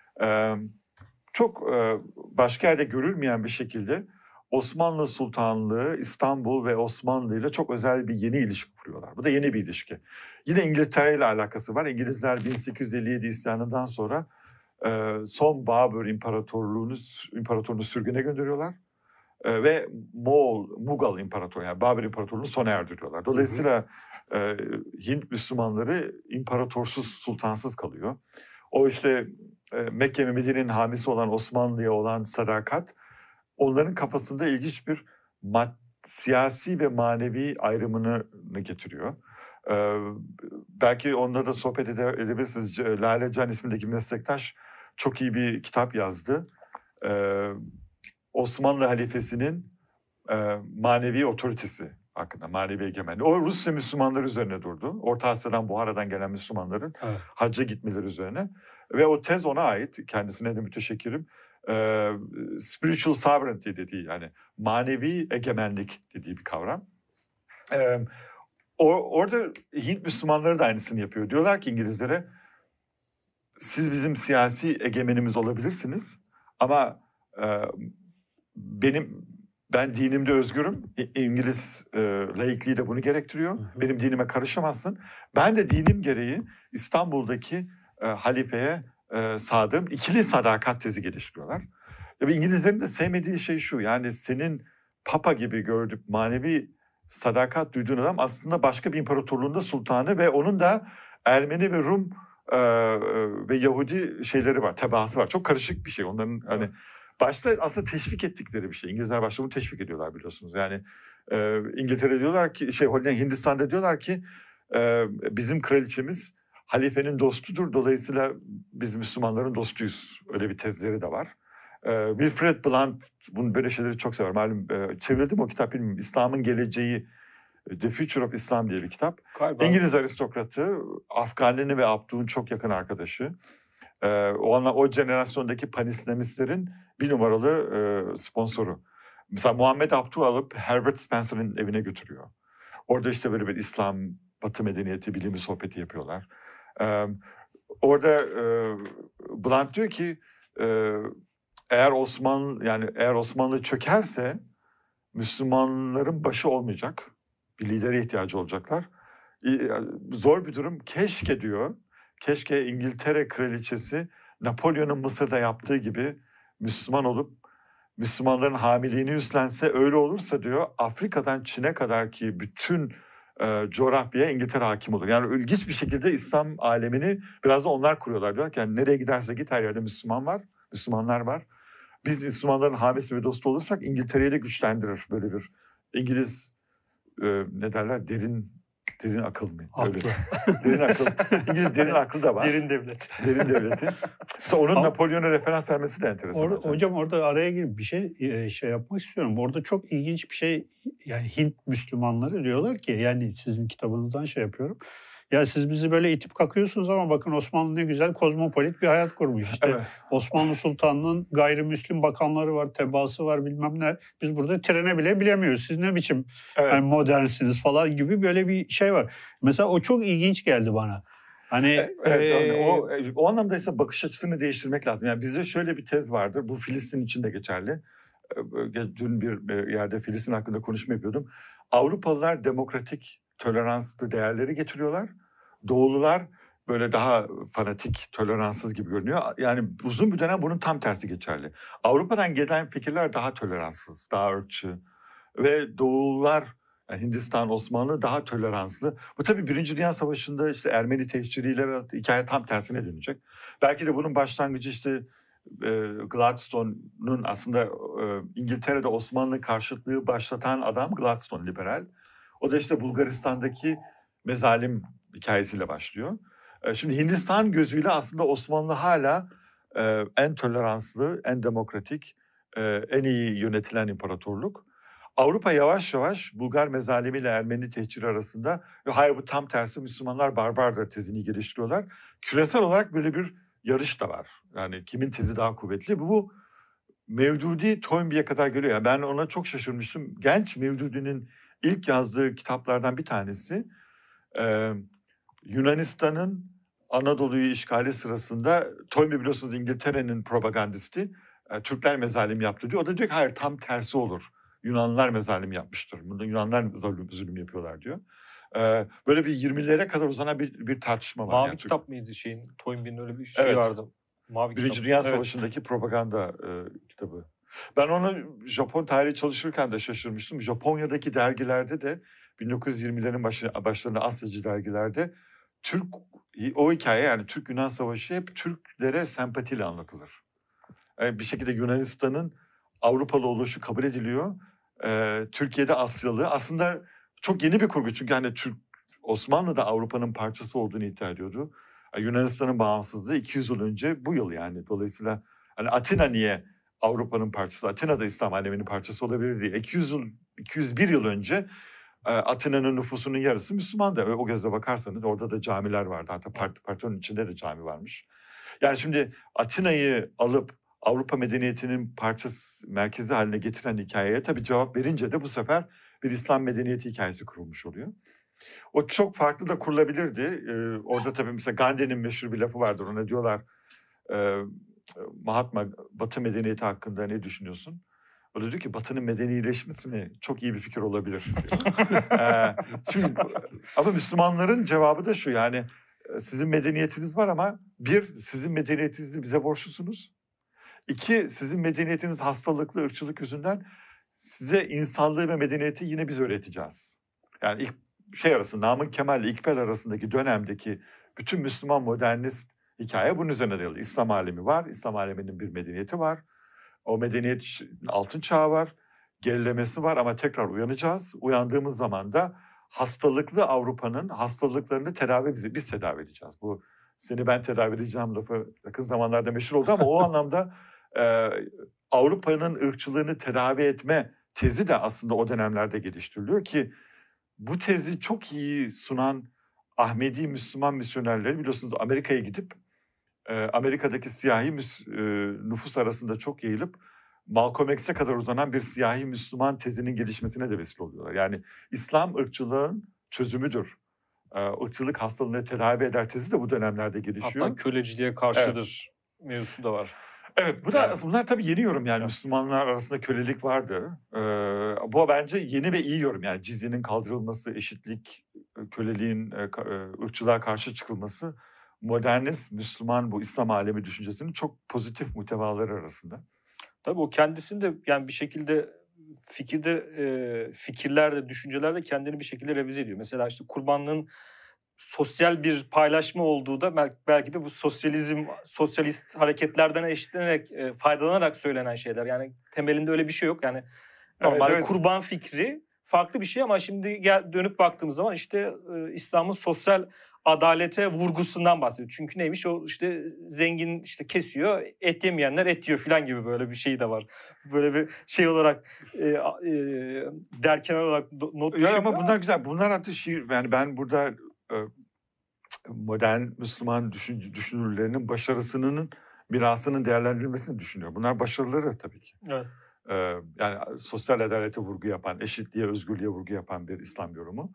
çok başka yerde görülmeyen bir şekilde Osmanlı Sultanlığı, İstanbul ve Osmanlı ile çok özel bir yeni ilişki kuruyorlar. Bu da yeni bir ilişki. Yine İngiltere ile alakası var. İngilizler 1857 isyanından sonra son Babür İmparatorluğunu sürgüne gönderiyorlar. Ve Mughal İmparatorluğu, yani Babür İmparatorluğu'nu sona erdiriyorlar. Dolayısıyla Hint Müslümanları imparatorsuz, sultansız kalıyor. O işte Mekke ve Medine'nin hamisi olan Osmanlı'ya olan sadakat onların kafasında ilginç bir siyasi ve manevi ayrımını getiriyor. Belki onunla da sohbet edebilirsiniz. Lale Can ismindeki meslektaş çok iyi bir kitap yazdı. Osmanlı halifesinin manevi otoritesi hakkında, manevi egemenliği. O Rusya Müslümanları üzerine durdu. Orta Asya'dan, Buhara'dan gelen Müslümanların hacca gitmeleri üzerine. Ve o tez ona ait. Kendisine de müteşekkirim. Spiritual sovereignty dediği, yani manevi egemenlik dediği bir kavram. Orada Hint Müslümanları da aynısını yapıyor. Diyorlar ki İngilizlere, siz bizim siyasi egemenimiz olabilirsiniz ama ben dinimde özgürüm. İngiliz laikliği de bunu gerektiriyor. Benim dinime karışamazsın. Ben de dinim gereği İstanbul'daki halifeye sadığım ikili sadakat tezi geliştiriyorlar. Ve İngilizlerin de sevmediği şey şu, yani senin papa gibi gördük manevi sadakat duyduğun adam aslında başka bir imparatorluğunda sultanı ve onun da Ermeni ve Rum ve Yahudi şeyleri var, tebaası var. Çok karışık bir şey. Onların hani başta aslında teşvik ettikleri bir şey. İngilizler başta bunu teşvik ediyorlar biliyorsunuz. Yani İngiltere diyorlar ki, Hindistan'da diyorlar ki bizim kraliçemiz halifenin dostudur. Dolayısıyla biz Müslümanların dostuyuz. Öyle bir tezleri de var. Wilfred Blunt bunu böyle şeyleri çok sever. Malum çevirdim o kitap, bilmiyorum. İslam'ın Geleceği, The Future of Islam diye bir kitap. Galiba. İngiliz aristokratı, Afganini ve Abduh'un çok yakın arkadaşı. O jenerasyondaki panislamistlerin bir numaralı sponsoru. Mesela Muhammed Abduh'u alıp Herbert Spencer'ın evine götürüyor. Orada işte böyle bir İslam, Batı medeniyeti, bilimi sohbeti yapıyorlar. Orada Blunt diyor ki eğer Osmanlı çökerse Müslümanların başı olmayacak. Bir lidere ihtiyacı olacaklar. Zor bir durum. Keşke diyor. Keşke İngiltere kraliçesi Napolyon'un Mısır'da yaptığı gibi Müslüman olup Müslümanların hamiliğini üstlense, öyle olursa diyor Afrika'dan Çin'e kadar ki bütün coğrafyaya İngiltere hakim olur. Yani ilginç bir şekilde İslam alemini biraz da onlar kuruyorlar. Diyor ki yani nereye giderse git her yerde Müslümanlar var. Biz Müslümanların hamisi ve dostu olursak İngiltere'yi de güçlendirir. Böyle bir İngiliz ne derler, derin akıl mı? Öyle. Derin akıl. İngiliz derin akıl da var. Derin devlet. Derin devleti. Mesela onun Napolyon'a referans vermesi de enteresan. Hocam orada araya girip bir şey yapmak istiyorum. Orada çok ilginç bir şey, yani Hint Müslümanları diyorlar ki, yani sizin kitabınızdan şey yapıyorum. Ya siz bizi böyle itip kakıyorsunuz ama bakın Osmanlı ne güzel kozmopolit bir hayat kurmuş. İşte evet. Osmanlı Sultanı'nın gayrimüslim bakanları var, tebaası var, bilmem ne. Biz burada trene bile bilemiyoruz. Siz ne biçim yani modernsiniz falan gibi böyle bir şey var. Mesela o çok ilginç geldi bana. Hani o anlamda ise bakış açısını değiştirmek lazım. Yani bizde şöyle bir tez vardır. Bu Filistin için de geçerli. Dün bir yerde Filistin hakkında konuşma yapıyordum. Avrupalılar demokratik, toleranslı değerleri getiriyorlar. Doğulular böyle daha fanatik, toleranssız gibi görünüyor. Yani uzun bir dönem bunun tam tersi geçerli. Avrupa'dan gelen fikirler daha toleranssız, daha ırkçı. Ve Doğulular, yani Hindistan, Osmanlı daha toleranslı. Bu tabii Birinci Dünya Savaşı'nda işte Ermeni tehciriyle hikaye tam tersine dönecek. Belki de bunun başlangıcı işte Gladstone'un aslında İngiltere'de Osmanlı karşıtlığı başlatan adam Gladstone, liberal. O da işte Bulgaristan'daki mezalim hikayesiyle başlıyor. Şimdi Hindistan gözüyle aslında Osmanlı hala en toleranslı, en demokratik, en iyi yönetilen imparatorluk. Avrupa yavaş yavaş Bulgar mezalimiyle Ermeni tehciri arasında hayır bu tam tersi, Müslümanlar barbardır tezini geliştiriyorlar. Küresel olarak böyle bir yarış da var. Yani kimin tezi daha kuvvetli? Bu Mevdudi Toynbee'ye kadar geliyor. Yani ben ona çok şaşırmıştım. Genç Mevdudi'nin ilk yazdığı kitaplardan bir tanesi Yunanistan'ın Anadolu'yu işgali sırasında, Toynbee biliyorsunuz İngiltere'nin propagandisti, Türkler mezalim yaptı diyor. O da diyor ki hayır tam tersi olur. Yunanlılar mezalim yapmıştır. Burada Yunanlar zulüm yapıyorlar diyor. Böyle bir 20'lere kadar uzanan bir tartışma var. Mavi yani kitap mıydı Toynbee'nin öyle bir şey vardı. Mavi Birinci kitap. Dünya Savaşı'ndaki propaganda kitabı. Ben onu Japon tarihi çalışırken de şaşırmıştım. Japonya'daki dergilerde de 1920'lerin başlarında Asyacı dergilerde o hikaye yani Türk-Yunan Savaşı hep Türklere sempatiyle anlatılır. Yani bir şekilde Yunanistan'ın Avrupalı oluşu kabul ediliyor. Türkiye'de Asyalı. Aslında çok yeni bir kurgu çünkü hani Osmanlı da Avrupa'nın parçası olduğunu iddia ediyordu. Yunanistan'ın bağımsızlığı 200 yıl önce bu yıl yani. Dolayısıyla hani Atina niye Avrupa'nın parçası? Atina da İslam aleminin parçası olabilir diye. 201 yıl önce Atina'nın nüfusunun yarısı Müslümandı. O gözle bakarsanız orada da camiler vardı. Hatta Parthenon içinde de cami varmış. Yani şimdi Atina'yı alıp Avrupa medeniyetinin parçası, merkezi haline getiren hikayeye tabii cevap verince de bu sefer bir İslam medeniyeti hikayesi kurulmuş oluyor. O çok farklı da kurulabilirdi. Orada tabii mesela Gandhi'nin meşhur bir lafı vardır. Ona diyorlar Mahatma, Batı medeniyeti hakkında ne düşünüyorsun? O da diyor ki Batı'nın medenileşmesi mi? Çok iyi bir fikir olabilir. Şimdi, ama Müslümanların cevabı da şu yani sizin medeniyetiniz var ama bir, sizin medeniyetinizi bize borçlusunuz. İki, sizin medeniyetiniz hastalıklı, ırkçılık yüzünden size insanlığı ve medeniyeti yine biz öğreteceğiz. Yani ilk Namık Kemal ile İkbal arasındaki dönemdeki bütün Müslüman modernist hikaye bunun üzerine dayalı. İslam alemi var, İslam aleminin bir medeniyeti var. O medeniyet altın çağı var, gerilemesi var ama tekrar uyanacağız. Uyandığımız zaman da hastalıklı Avrupa'nın hastalıklarını biz tedavi edeceğiz. Bu seni ben tedavi edeceğim lafı yakın zamanlarda meşhur oldu ama o anlamda Avrupa'nın ırkçılığını tedavi etme tezi de aslında o dönemlerde geliştiriliyor ki bu tezi çok iyi sunan Ahmedi Müslüman misyonerleri biliyorsunuz Amerika'ya gidip Amerika'daki siyahi nüfus arasında çok yayılıp Malcolm X'e kadar uzanan bir siyahi Müslüman tezinin gelişmesine de vesile oluyorlar. Yani İslam ırkçılığın çözümüdür. Irkçılık hastalığını tedavi eder tezi de bu dönemlerde gelişiyor. Hatta köleciliğe karşıdır mevzusu da var. Evet, bunlar tabii yeni yorum yani Müslümanlar arasında kölelik vardı. Bu bence yeni ve iyi yorum yani cizyenin kaldırılması, eşitlik, köleliğin ırkçılığa karşı çıkılması modernist Müslüman bu İslam alemi düşüncesinin çok pozitif muhtevaları arasında. Tabii o kendisinde yani bir şekilde fikirlerde, düşüncelerde kendini bir şekilde revize ediyor. Mesela işte kurbanlığın sosyal bir paylaşma olduğu da belki de bu sosyalist hareketlerden eşitlenerek, faydalanarak söylenen şeyler. Yani temelinde öyle bir şey yok. Yani normalde evet. Kurban fikri farklı bir şey ama şimdi dönüp baktığımız zaman işte İslam'ın sosyal adalete vurgusundan bahsediyor. Çünkü neymiş o işte zengin işte kesiyor, et yemeyenler et yiyor falan gibi böyle bir şey de var. Böyle bir şey olarak derken olarak not düşüyor. Ama bunlar güzel. Bunlar hatta şiir yani ben burada modern Müslüman düşünürlerinin başarısının mirasının değerlendirilmesini düşünüyorum. Bunlar başarıları tabii ki. Evet. Yani sosyal adalete vurgu yapan, eşitliğe, özgürlüğe vurgu yapan bir İslam yorumu.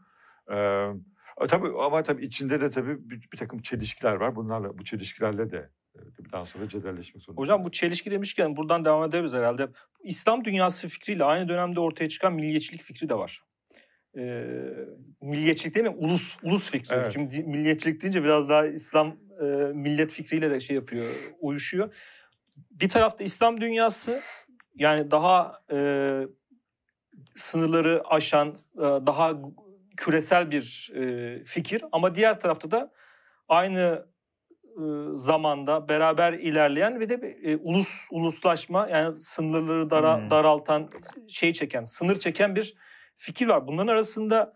Tabii içinde de tabii bir takım çelişkiler var. Bu çelişkilerle de daha sonra cedelleşmek zorunda. Hocam bu çelişki demişken buradan devam ederiz herhalde. İslam dünyası fikriyle aynı dönemde ortaya çıkan milliyetçilik fikri de var. Milliyetçilik değil mi? Ulus fikri. Evet. Şimdi milliyetçilik deyince biraz daha İslam millet fikriyle de uyuşuyor. Bir tarafta İslam dünyası yani daha sınırları aşan, daha küresel bir fikir ama diğer tarafta da aynı zamanda beraber ilerleyen ve de uluslaşma yani sınırları daraltan sınır çeken bir fikir var. Bunların arasında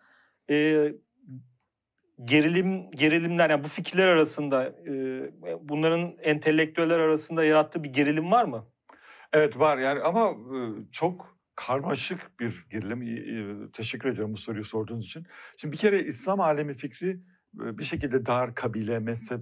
gerilimler yani bu fikirler arasında bunların entelektüeller arasında yarattığı bir gerilim var mı? Evet var yani ama çok karmaşık bir gerilim. Teşekkür ediyorum bu soruyu sorduğunuz için. Şimdi bir kere İslam alemi fikri bir şekilde dar kabile, mezhep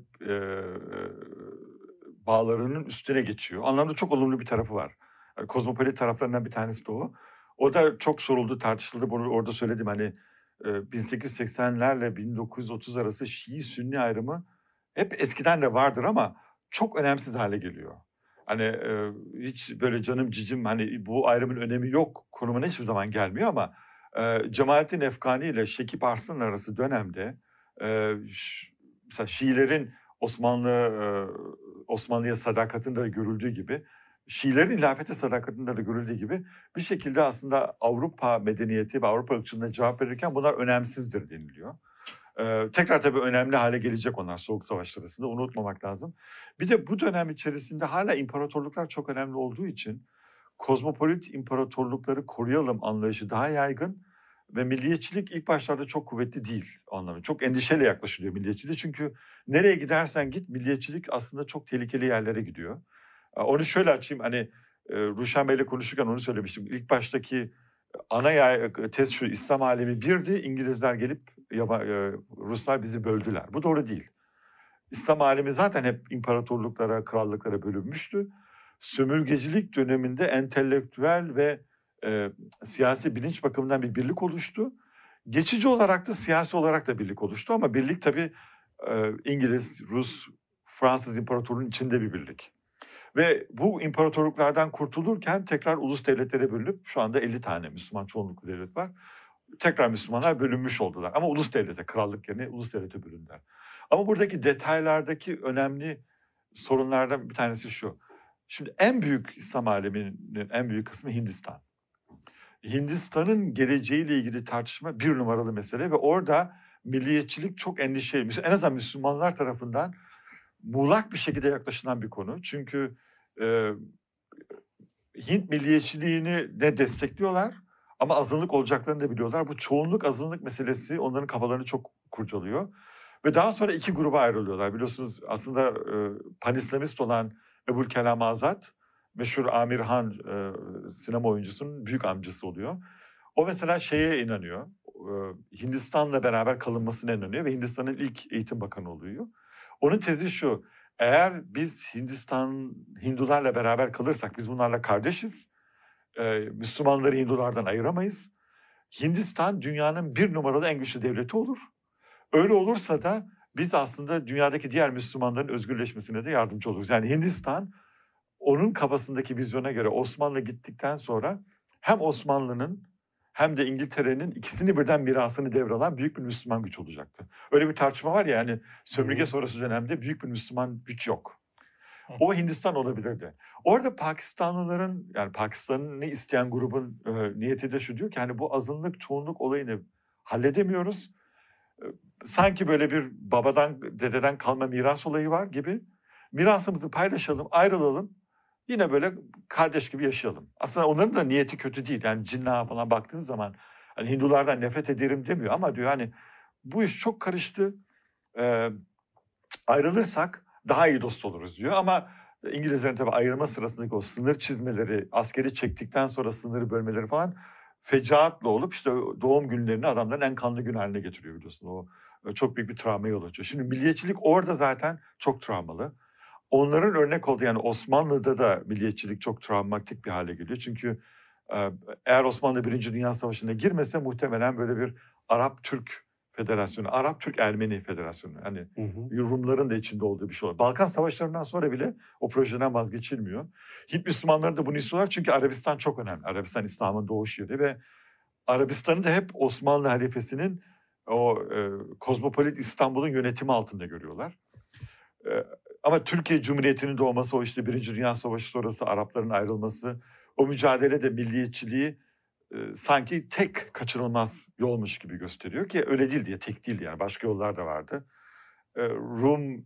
bağlarının üstüne geçiyor. Anlamda çok olumlu bir tarafı var. Yani kozmopolit taraflarından bir tanesi de o. O da çok soruldu, tartışıldı. Bunu orada söyledim hani 1880'lerle 1930 arası Şii-Sünni ayrımı hep eskiden de vardır ama çok önemsiz hale geliyor. Hani hiç böyle canım cicim hani bu ayrımın önemi yok konumuna hiçbir zaman gelmiyor ama Cemalettin Efkani ile Şekip Arslan arası dönemde mesela Şiilerin Osmanlı'ya sadakatinde görüldüğü gibi Şiilerin hilafete sadakatinde de görüldüğü gibi bir şekilde aslında Avrupa medeniyeti ve Avrupa ırkçılığına cevap verirken bunlar önemsizdir deniliyor. Tekrar tabii önemli hale gelecek onlar Soğuk Savaş sırasında, unutmamak lazım. Bir de bu dönem içerisinde hala imparatorluklar çok önemli olduğu için kozmopolit imparatorlukları koruyalım anlayışı daha yaygın ve milliyetçilik ilk başlarda çok kuvvetli değil anlamı. Çok endişeyle yaklaşılıyor milliyetçiliğe çünkü nereye gidersen git milliyetçilik aslında çok tehlikeli yerlere gidiyor. Onu şöyle açayım, hani Ruşen Bey'le konuşurken onu söylemiştim. İlk baştaki ana tez şu: İslam alemi birdi, İngilizler gelip Ruslar bizi böldüler. Bu doğru değil. İslam alemi zaten hep imparatorluklara, krallıklara bölünmüştü. Sömürgecilik döneminde entelektüel ve siyasi bilinç bakımından bir birlik oluştu. Geçici olarak da siyasi olarak da birlik oluştu ama birlik tabii İngiliz, Rus, Fransız imparatorluğunun içinde bir birlik. Ve bu imparatorluklardan kurtulurken tekrar ulus devletlere bölünüp şu anda 50 tane Müslüman çoğunluklu devlet var. Tekrar Müslümanlar bölünmüş oldular. Ama ulus devlete, krallık yerine ulus devlete bölündüler. Ama buradaki detaylardaki önemli sorunlardan bir tanesi şu. Şimdi en büyük İslam aleminin en büyük kısmı Hindistan. Hindistan'ın geleceğiyle ilgili tartışma bir numaralı mesele ve orada milliyetçilik çok endişeli. En azından Müslümanlar tarafından muğlak bir şekilde yaklaşılan bir konu. Çünkü Hint milliyetçiliğini ne destekliyorlar ama azınlık olacaklarını da biliyorlar. Bu çoğunluk azınlık meselesi onların kafalarını çok kurcalıyor. Ve daha sonra iki gruba ayrılıyorlar. Biliyorsunuz aslında panislamist olan Ebu'l-Kelam Azad, meşhur Amir Han sinema oyuncusunun büyük amcası oluyor. O mesela şeye inanıyor, Hindistan'la beraber kalınmasına inanıyor ve Hindistan'ın ilk eğitim bakanı oluyor. Onun tezi şu: eğer biz Hindularla beraber kalırsak, biz bunlarla kardeşiz, Müslümanları Hindulardan ayıramayız. Hindistan dünyanın bir numaralı en güçlü devleti olur. Öyle olursa da biz aslında dünyadaki diğer Müslümanların özgürleşmesine de yardımcı oluruz. Yani Hindistan onun kafasındaki vizyona göre Osmanlı gittikten sonra hem Osmanlı'nın hem de İngiltere'nin ikisini birden mirasını devralan büyük bir Müslüman güç olacaktı. Öyle bir tartışma var ya, yani sömürge sonrası dönemde büyük bir Müslüman güç yok. O Hindistan olabilirdi. Orada Pakistanlıların, yani Pakistan'ı isteyen grubun niyeti de şu: diyor ki hani bu azınlık çoğunluk olayını halledemiyoruz. Sanki böyle bir babadan dededen kalma miras olayı var gibi. Mirasımızı paylaşalım, ayrılalım. Yine böyle kardeş gibi yaşayalım. Aslında onların da niyeti kötü değil. Yani Cinnah'a falan baktığınız zaman hani Hindulardan nefret ederim demiyor ama diyor hani bu iş çok karıştı. Ayrılırsak daha iyi dost oluruz diyor. Ama İngilizlerin tabii ayırma sırasındaki o sınır çizmeleri, askeri çektikten sonra sınırı bölmeleri falan fecaatla olup işte doğum günlerini adamların en kanlı gün haline getiriyor biliyorsun. O çok büyük bir travmaya yol açıyor. Şimdi milliyetçilik orada zaten çok travmalı. Onların örnek olduğu, yani Osmanlı'da da milliyetçilik çok travmatik bir hale geliyor. Çünkü eğer Osmanlı 1. Dünya Savaşı'na girmese muhtemelen böyle bir Arap-Türk Federasyonu, Arap-Türk-Ermeni Federasyonu. Hani Rumların da içinde olduğu bir şey olur. Balkan Savaşları'ndan sonra bile o projeden vazgeçilmiyor. Hint Müslümanları da bunu istiyorlar çünkü Arabistan çok önemli. Arabistan İslam'ın doğuş yeri ve Arabistan'ı da hep Osmanlı halifesinin o kozmopolit İstanbul'un yönetimi altında görüyorlar. Ama Türkiye Cumhuriyeti'nin doğması, o işte 1. Dünya Savaşı sonrası Arapların ayrılması, o mücadelede milliyetçiliği sanki tek kaçınılmaz yolmuş gibi gösteriyor ki öyle değil diye, tek değil yani, başka yollar da vardı. Rum,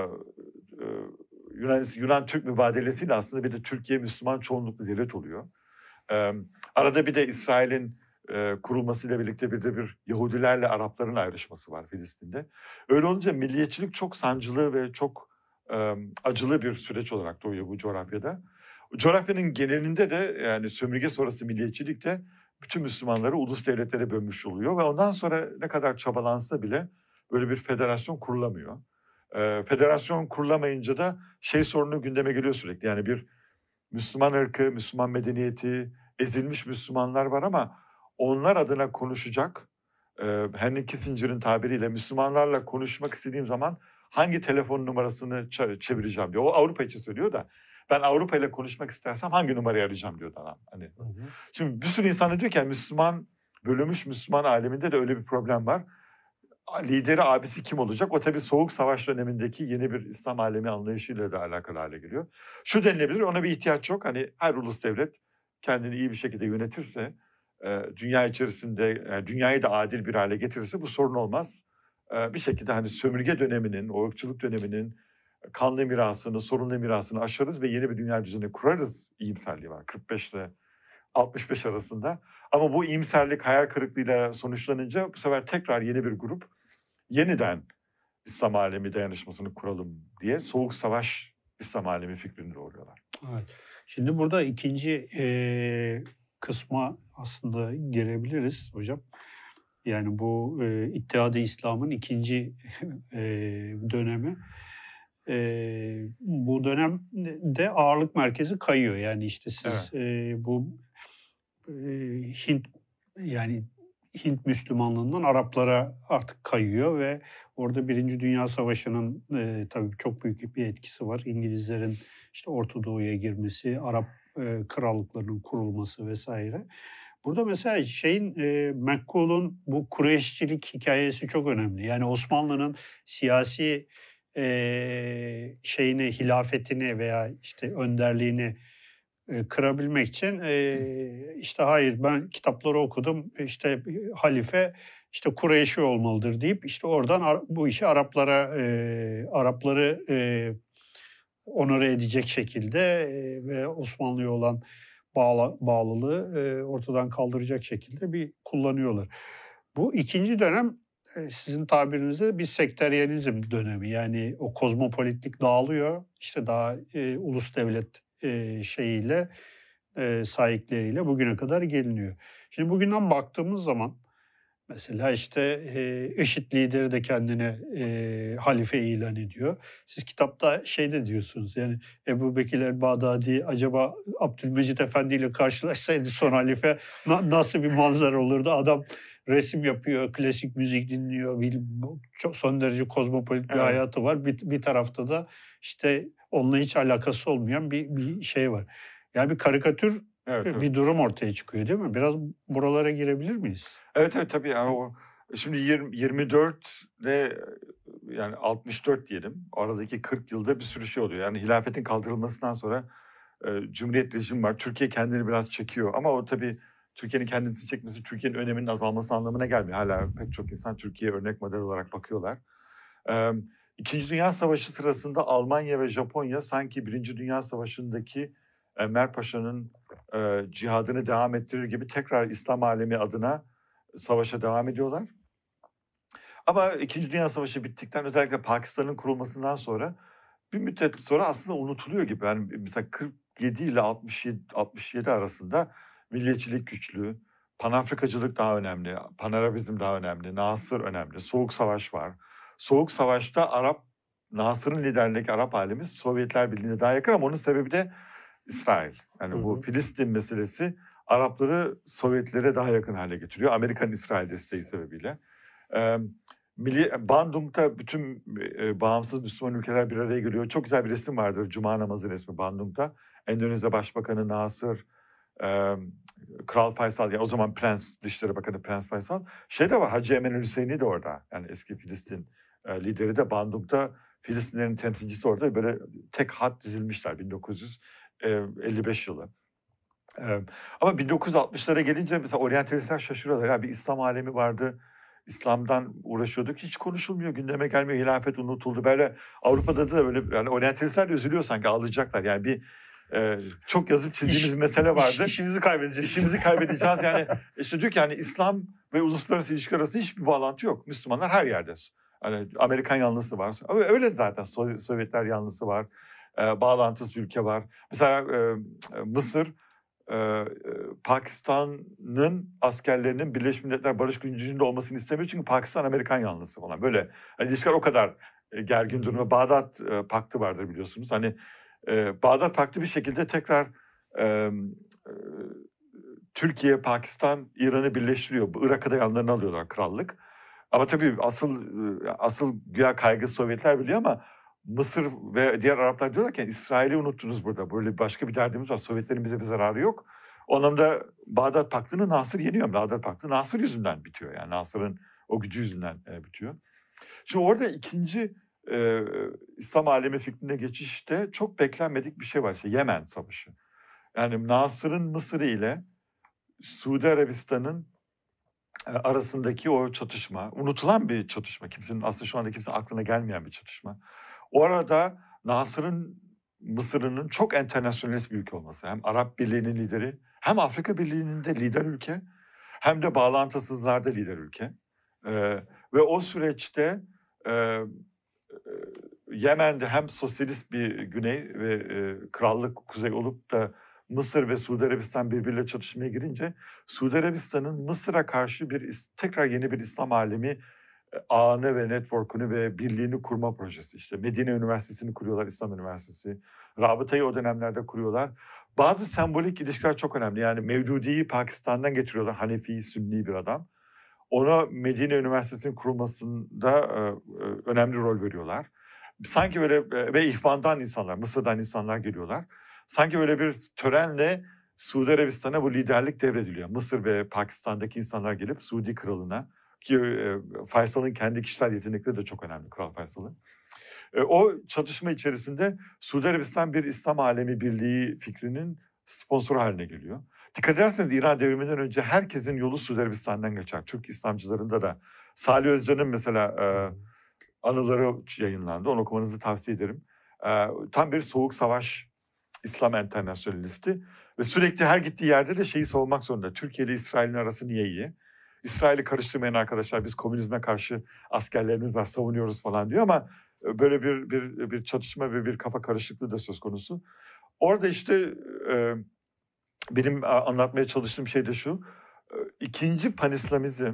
Yunan-Türk mübadelesiyle aslında bir de Türkiye Müslüman çoğunluklu devlet oluyor. Arada bir de İsrail'in kurulmasıyla birlikte bir Yahudilerle Arapların ayrışması var Filistin'de. Öyle olunca milliyetçilik çok sancılı ve çok acılı bir süreç olarak doğuyor bu coğrafyada. Coğrafyanın genelinde de yani sömürge sonrası milliyetçilik de bütün Müslümanları ulus devletlere bölmüş oluyor ve ondan sonra ne kadar çabalansa bile böyle bir federasyon kurulamıyor. Federasyon kurulamayınca da sorunu gündeme geliyor sürekli. Yani bir Müslüman ırkı, Müslüman medeniyeti, ezilmiş Müslümanlar var ama onlar adına konuşacak, Henry Kissinger'ın tabiriyle Müslümanlarla konuşmak istediğim zaman hangi telefon numarasını çevireceğim diyor. O Avrupa için söylüyor da ben Avrupa ile konuşmak istersem hangi numarayı arayacağım diyor adam. Hani. Şimdi bir sürü insan diyor ki yani bölünmüş Müslüman aleminde de öyle bir problem var. lideri abisi kim olacak? O tabii Soğuk Savaş dönemindeki yeni bir İslam alemi anlayışıyla da alakalı hale geliyor. Şu denilebilir, ona bir ihtiyaç yok. Hani her ulus devlet kendini iyi bir şekilde yönetirse, dünya içerisinde dünyayı da adil bir hale getirirse bu sorun olmaz. Bir şekilde hani sömürge döneminin, o ırkçılık döneminin kanlı mirasını, sorunlu mirasını aşarız ve yeni bir dünya düzeni kurarız iyimserliği var 45 ile 65 arasında. Ama bu iyimserlik hayal kırıklığıyla sonuçlanınca bu sefer tekrar yeni bir grup yeniden İslam alemi dayanışmasını kuralım diye Soğuk Savaş İslam alemi fikrini doğuruyorlar. Evet. Şimdi burada ikinci kısma aslında gelebiliriz hocam. Yani bu İttihad-ı İslam'ın ikinci dönemi. Bu dönemde ağırlık merkezi kayıyor. Yani işte siz bu Hint yani Hint Müslümanlığından Araplara artık kayıyor ve orada Birinci Dünya Savaşı'nın tabii çok büyük bir etkisi var. İngilizlerin işte Orta Doğu'ya girmesi, Arap krallıklarının kurulması vesaire. Burada mesela Mekkul'un bu Kureyşçilik hikayesi çok önemli. Yani Osmanlı'nın siyasi hilafetini veya işte önderliğini kırabilmek için işte hayır ben kitapları okudum işte halife işte Kureyşi olmalıdır deyip işte oradan bu işi Arapları onore edecek şekilde ve Osmanlı'ya olan bağlılığı ortadan kaldıracak şekilde bir kullanıyorlar. Bu ikinci dönem sizin tabirinizde bir sekteryenizm dönemi. Yani o kozmopolitlik dağılıyor. İşte daha ulus devlet sahipleriyle bugüne kadar geliniyor. Şimdi bugünden baktığımız zaman mesela işte IŞİD lideri de kendine halife ilan ediyor. Siz kitapta de diyorsunuz yani Ebu Bekir el-Bağdadi acaba Abdülmecit Efendi ile karşılaşsaydı son halife nasıl bir manzara olurdu? Adam resim yapıyor, klasik müzik dinliyor, çok son derece kozmopolit bir hayatı var. Bir tarafta da işte onunla hiç alakası olmayan bir şey var. Yani bir karikatür bir durum ortaya çıkıyor değil mi? Biraz buralara girebilir miyiz? Evet tabii. Yani şimdi 24 ile yani 64 diyelim. Aradaki 40 yılda bir sürü şey oluyor. Yani hilafetin kaldırılmasından sonra Cumhuriyet rejimi var. Türkiye kendini biraz çekiyor. Ama o tabii Türkiye'nin kendisini çekmesi Türkiye'nin öneminin azalması anlamına gelmiyor. Hala pek çok insan Türkiye'ye örnek model olarak bakıyorlar. İkinci Dünya Savaşı sırasında Almanya ve Japonya sanki Birinci Dünya Savaşı'ndaki Enver Paşa'nın cihadını devam ettirir gibi tekrar İslam alemi adına savaşa devam ediyorlar. Ama İkinci Dünya Savaşı bittikten özellikle Pakistan'ın kurulmasından sonra bir müddet sonra aslında unutuluyor gibi. Yani mesela 47 ile 67 arasında milliyetçilik güçlü, Panafrikacılık daha önemli, Panarabizm daha önemli, Nasır önemli, Soğuk Savaş var. Soğuk Savaş'ta Nasır'ın liderliğindeki Arap alemi Sovyetler Birliği'ne daha yakın ama onun sebebi de İsrail. Yani bu Filistin meselesi Arapları Sovyetlere daha yakın hale getiriyor. Amerika'nın İsrail desteği sebebiyle. Bandung'da bütün bağımsız Müslüman ülkeler bir araya geliyor. Çok güzel bir resim vardır. Cuma namazı resmi Bandung'da. Endonezya Başbakanı Nasır, Kral Faysal, yani o zaman Dışişleri Bakanı Prens Faysal. De var, Hacı Emen Hüseyin'i de orada. Yani eski Filistin lideri de Bandung'da, Filistinlerin temsilcisi orada böyle tek hat dizilmişler 1955 yılı. Ama 1960'lara gelince mesela oryantalistler şaşırıyorlar. Ya bir İslam alemi vardı. İslam'dan uğraşıyorduk. Hiç konuşulmuyor, gündeme gelmiyor. Hilafet unutuldu. Böyle Avrupa'da da böyle yani oryantalistler de üzülüyor sanki, ağlayacaklar. Yani bir çok yazıp çizdiğimiz bir mesele vardı. İşimizi kaybedeceğiz. İşimizi kaybedeceğiz. Yani işte diyor ki yani İslam ve uluslararası ilişki arasında hiçbir bağlantı yok. Müslümanlar her yerde. Hani Amerikan yanlısı var. Öyle zaten Sovyetler yanlısı var. Bağlantısı ülke var. Mesela Mısır Pakistan'ın askerlerinin Birleşmiş Milletler Barış Gücü'nde olmasını istemiyor. Çünkü Pakistan Amerikan yanlısı falan. Böyle hani ilişkiler o kadar gergin durumda. Bağdat Paktı vardır biliyorsunuz. Hani Bağdat Paktı bir şekilde tekrar Türkiye, Pakistan, İran'ı birleştiriyor. Irak'ı da yanlarına alıyorlar krallık. Ama tabii asıl güya kaygı Sovyetler Birliği ama Mısır ve diğer Araplar diyorlar ki İsrail'i unuttunuz burada. Böyle başka bir derdimiz var. Sovyetlerin bize bir zararı yok. O anlamda Bağdat Paktı'nı Nasır yeniyor. Bağdat Paktı Nasır yüzünden bitiyor. Yani Nasır'ın O gücü yüzünden bitiyor. Şimdi orada ikinci İslam alemi fikrine geçişte çok beklenmedik bir şey var. İşte Yemen Savaşı. Yani Nasır'ın Mısır ile Suudi Arabistan'ın arasındaki o çatışma, unutulan bir çatışma. Aslında şu anda kimsenin aklına gelmeyen bir çatışma. Orada Nasır'ın Mısır'ın çok enternasyonalist bir ülke olması. Hem Arap Birliği'nin lideri, hem Afrika Birliği'nin de lider ülke, hem de bağlantısızlarda lider ülke. Ve o süreçte Yemen'de hem sosyalist bir güney ve krallık kuzey olup da Mısır ve Suudi Arabistan birbiriyle çatışmaya girince Suudi Arabistan'ın Mısır'a karşı tekrar yeni bir İslam alemi ağını ve network'ünü ve birliğini kurma projesi. İşte Medine Üniversitesi'ni kuruyorlar, İslam Üniversitesi. Rabıtayı o dönemlerde kuruyorlar. Bazı sembolik ilişkiler çok önemli. Yani Mevdudi'yi Pakistan'dan getiriyorlar. Hanefi, Sünni bir adam. Ona Medine Üniversitesi'nin kurulmasında önemli rol veriyorlar. Sanki böyle ve İhvan'dan insanlar, Mısır'dan insanlar geliyorlar. Sanki böyle bir törenle Suudi Arabistan'a bu liderlik devrediliyor. Mısır ve Pakistan'daki insanlar gelip Suudi kralına, ki Faysal'ın kendi kişisel yetenekleri de çok önemli, Kral Faysal'ın. O çatışma içerisinde Suudi Arabistan bir İslam alemi birliği fikrinin sponsoru haline geliyor. Dikkat ederseniz İran devriminden önce herkesin yolu Suudi Arabistan'dan geçer. Türk İslamcılarında da. Salih Özcan'ın mesela anıları yayınlandı. Onu okumanızı tavsiye ederim. Tam bir soğuk savaş İslam enternasyonalisti. Ve sürekli her gittiği yerde de şeyi savunmak zorunda. Türkiye ile İsrail'in arası niye iyi? İsrail'i karıştırmayın arkadaşlar, biz komünizme karşı askerlerimiz var, savunuyoruz falan diyor ama böyle bir çatışma ve bir kafa karışıklığı da söz konusu. Orada işte benim anlatmaya çalıştığım şey de şu. İkinci Panislamizm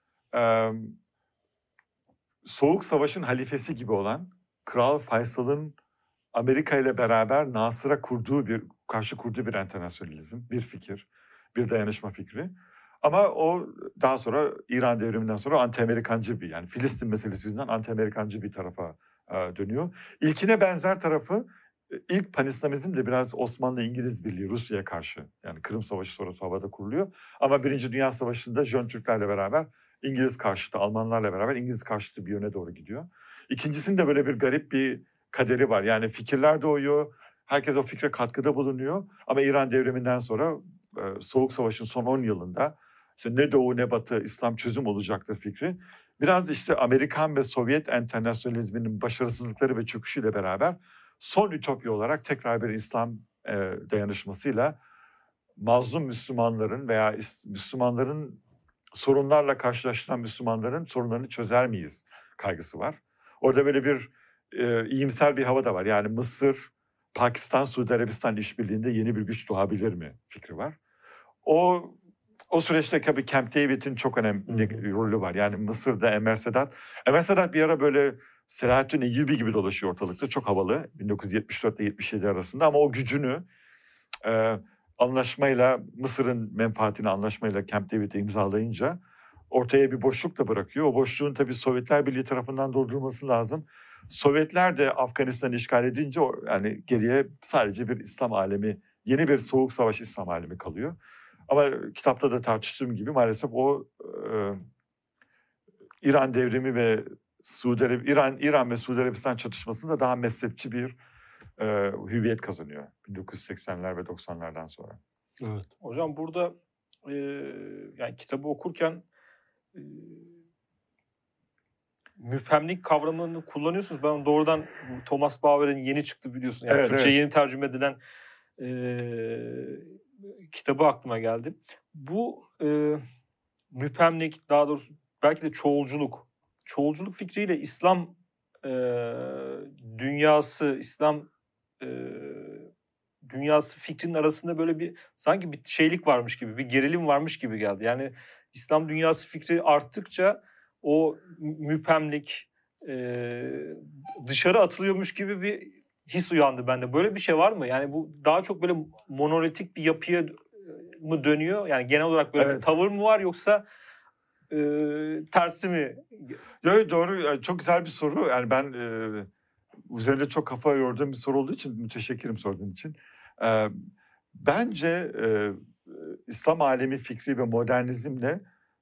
Soğuk Savaş'ın halifesi gibi olan Kral Faysal'ın Amerika ile beraber Nasır'a karşı kurduğu bir enternasyonalizm, bir fikir, bir dayanışma fikri. Ama o daha sonra İran devriminden sonra anti-Amerikancı yani Filistin meselesi yüzünden anti-Amerikancı bir tarafa dönüyor. İlkine benzer tarafı ilk Panislamizm de biraz Osmanlı-İngiliz Birliği Rusya'ya karşı, yani Kırım Savaşı sonrası havada kuruluyor. Ama Birinci Dünya Savaşı'nda Jön Türklerle beraber İngiliz karşıtı, Almanlarla beraber İngiliz karşıtı bir yöne doğru gidiyor. İkincisinin de böyle bir garip bir kaderi var. Yani fikirler doğuyor, herkes o fikre katkıda bulunuyor. Ama İran devriminden sonra Soğuk Savaş'ın son 10 yılında işte ne Doğu ne Batı İslam çözüm olacaktır fikri. Biraz işte Amerikan ve Sovyet enternasyonalizminin başarısızlıkları ve çöküşüyle beraber son ütopya olarak tekrar bir İslam dayanışmasıyla mazlum Müslümanların veya Müslümanların sorunlarla karşılaşılan Müslümanların sorunlarını çözer miyiz kaygısı var. Orada böyle bir iyimser bir hava da var. Yani Mısır, Pakistan, Suudi Arabistan işbirliğinde yeni bir güç doğabilir mi fikri var. O süreçte tabii Camp David'in çok önemli rolü var. Yani Mısır'da Enver Sedat bir ara böyle Selahattin Eyyubi gibi dolaşıyor ortalıkta. Çok havalı 1974 ile 77 arasında ama o gücünü anlaşmayla, Mısır'ın menfaatini anlaşmayla Camp David'e imzalayınca ortaya bir boşluk da bırakıyor. O boşluğun tabii Sovyetler Birliği tarafından doldurulması lazım. Sovyetler de Afganistan'ı işgal edince yani geriye sadece bir İslam alemi, yeni bir soğuk savaş İslam alemi kalıyor. Ama kitapta da tartıştığım gibi maalesef o İran devrimi ve İran ve Suudi Arabistan çatışmasında daha mezhepçi bir hüviyet kazanıyor 1980'ler ve 90'lardan sonra. Evet. Hocam burada yani kitabı okurken müphemlik kavramını kullanıyorsunuz. Ben doğrudan Thomas Bauer'in yeni çıktı biliyorsun. Yani evet, Türkçe'ye yeni tercüme edilen kitabı aklıma geldi. Bu müphemlik, daha doğrusu belki de çoğulculuk fikriyle İslam dünyası, İslam dünyası fikrinin arasında böyle bir sanki bir şeylik varmış gibi, bir gerilim varmış gibi geldi. Yani İslam dünyası fikri arttıkça o müphemlik dışarı atılıyormuş gibi bir his uyandı bende. Böyle bir şey var mı? Yani bu daha çok böyle monolitik bir yapıya mı dönüyor? Yani genel olarak böyle bir tavır mı var yoksa tersi mi? Yok, doğru. Çok güzel bir soru. Yani ben üzerinde çok kafa yorduğum bir soru olduğu için müteşekkirim sorduğun için. Bence İslam alemi fikri ve modernizmle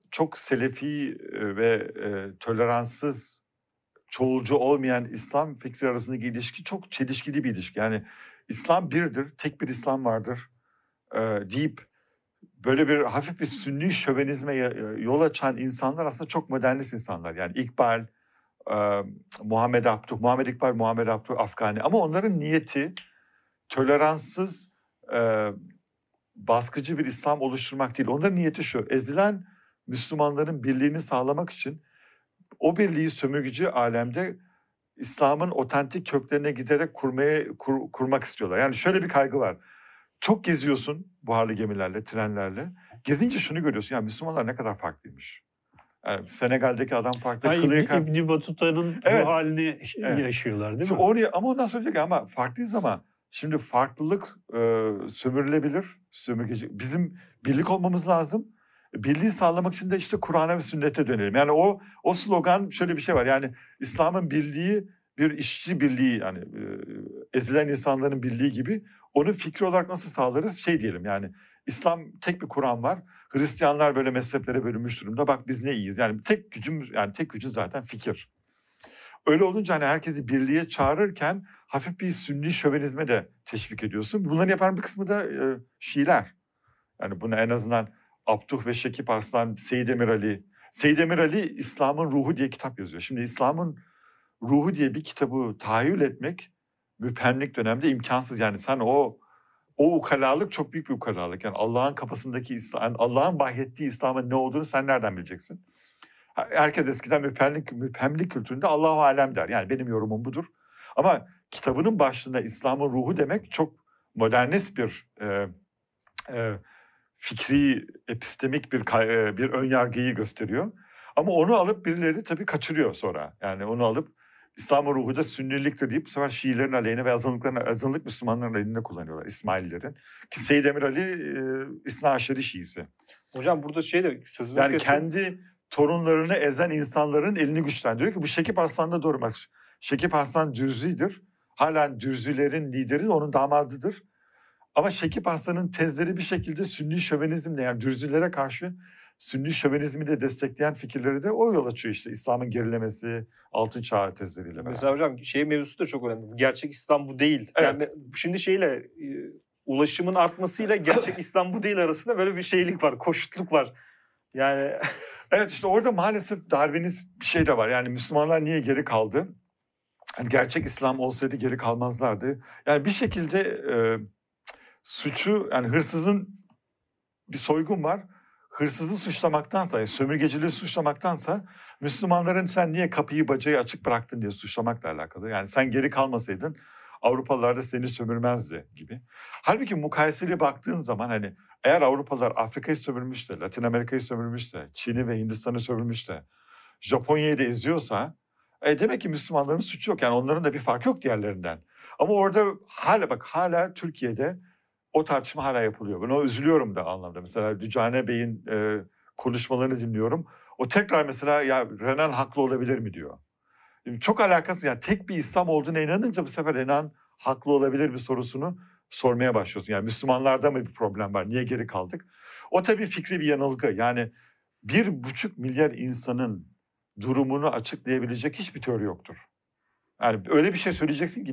çok selefi ve toleranssız, çoğulcu olmayan İslam fikri arasındaki ilişki çok çelişkili bir ilişki. Yani İslam birdir, tek bir İslam vardır deyip böyle bir hafif bir sünni şövenizme yol açan insanlar aslında çok modernist insanlar. Yani İkbal, Muhammed İkbal, Muhammed Abduh Afgani. Ama onların niyeti toleranssız, baskıcı bir İslam oluşturmak değil. Onların niyeti şu: ezilen Müslümanların birliğini sağlamak için o birliği sömürgeci alemde İslam'ın otantik köklerine giderek kurmak istiyorlar. Yani şöyle bir kaygı var. Çok geziyorsun buharlı gemilerle, trenlerle. Gezince şunu görüyorsun: ya Müslümanlar ne kadar farklıymış. Yani Senegal'deki adam farklı. İbn Battuta'nın bu halini yaşıyorlar değil mi? Oraya, ama ondan sonra diyor ki ama farklıyız ama şimdi farklılık sömürülebilir. Bizim birlik olmamız lazım. Birliği sağlamak için de işte Kur'an'a ve sünnete dönelim. Yani o slogan, şöyle bir şey var. Yani İslam'ın birliği bir işçi birliği, yani ezilen insanların birliği gibi. Onu fikri olarak nasıl sağlarız? Şey diyelim yani, İslam tek bir Kur'an var. Hristiyanlar böyle mezheplere bölünmüş durumda. Bak biz ne iyiyiz. Yani tek gücün zaten fikir. Öyle olunca hani herkesi birliğe çağırırken hafif bir sünni şövenizme de teşvik ediyorsun. Bunları yapan bir kısmı da Şiiler. Yani bunu en azından Abduh ve Şekip Arslan, Seyyid Emir Ali. Seyyid Emir Ali İslam'ın Ruhu diye kitap yazıyor. Şimdi İslam'ın Ruhu diye bir kitabı tahayyül etmek müpemlik dönemde imkansız. Yani sen o ukalalık çok büyük bir ukalalık. Yani Allah'ın kafasındaki İslam, yani Allah'ın vahyettiği İslam'ın ne olduğunu sen nereden bileceksin? Herkes eskiden müphemlik kültüründe Allahu alem der. Yani benim yorumum budur. Ama kitabının başlığında İslam'ın ruhu demek çok modernist bir fikri, epistemik bir ön yargıyı gösteriyor. Ama onu alıp birileri tabii kaçırıyor sonra. Yani onu alıp İslam'ın ruhu da sünniliktir deyip bu sefer Şiilerin aleyhine ve azınlık Müslümanların aleyhine kullanıyorlar, İsmaililerin. Ki Seyyid Emir Ali İsna Aşeri Şiisi. Hocam burada sözünüz yani kendi torunlarını ezen insanların elini güçlendiriyor ki bu Şekip Arslan da doğru. Şekip Arslan Dürzi'dir. Halen Dürzilerin lideri, onun damadıdır. Ama Şekip Arslan'ın tezleri bir şekilde Sünni şövenizmle, yani Dürzilere karşı Sünni şövenizmi de destekleyen fikirleri de o yol açıyor işte. İslam'ın gerilemesi, Altın Çağ tezleriyle beraber. Mesela hocam mevzusu da çok önemli. Gerçek İslam bu değil. Evet. Yani şimdi ulaşımın artmasıyla gerçek İslam bu değil arasında böyle bir şeylik var, koşutluk var. Yani evet, işte orada maalesef Darwinist bir şey de var. Yani Müslümanlar niye geri kaldı? Yani gerçek İslam olsaydı geri kalmazlardı. Yani bir şekilde suçu, yani hırsızın bir soygun var. Hırsızı suçlamaktansa, yani sömürgeciliği suçlamaktansa Müslümanların sen niye kapıyı bacağı açık bıraktın diye suçlamakla alakalı. Yani sen geri kalmasaydın Avrupalılar da seni sömürmezdi gibi. Halbuki mukayeseli baktığın zaman hani eğer Avrupalılar Afrika'yı sömürmüşse, Latin Amerika'yı sömürmüşse, Çin'i ve Hindistan'ı sömürmüşse, Japonya'yı da eziyorsa demek ki Müslümanların suçu yok. Yani onların da bir fark yok diğerlerinden. Ama orada hala Türkiye'de o tartışma hala yapılıyor. Buna üzülüyorum da anlamda. Mesela Dücane Bey'in konuşmalarını dinliyorum. O tekrar mesela ya Renan haklı olabilir mi diyor. Çok alakası, yani tek bir İslam olduğuna inanınca bu sefer Renan haklı olabilir bir sorusunu sormaya başlıyorsun. Yani Müslümanlarda mı bir problem var? Niye geri kaldık? O tabii fikri bir yanılgı. Yani 1,5 milyar insanın durumunu açıklayabilecek hiçbir teori yoktur. Yani öyle bir şey söyleyeceksin ki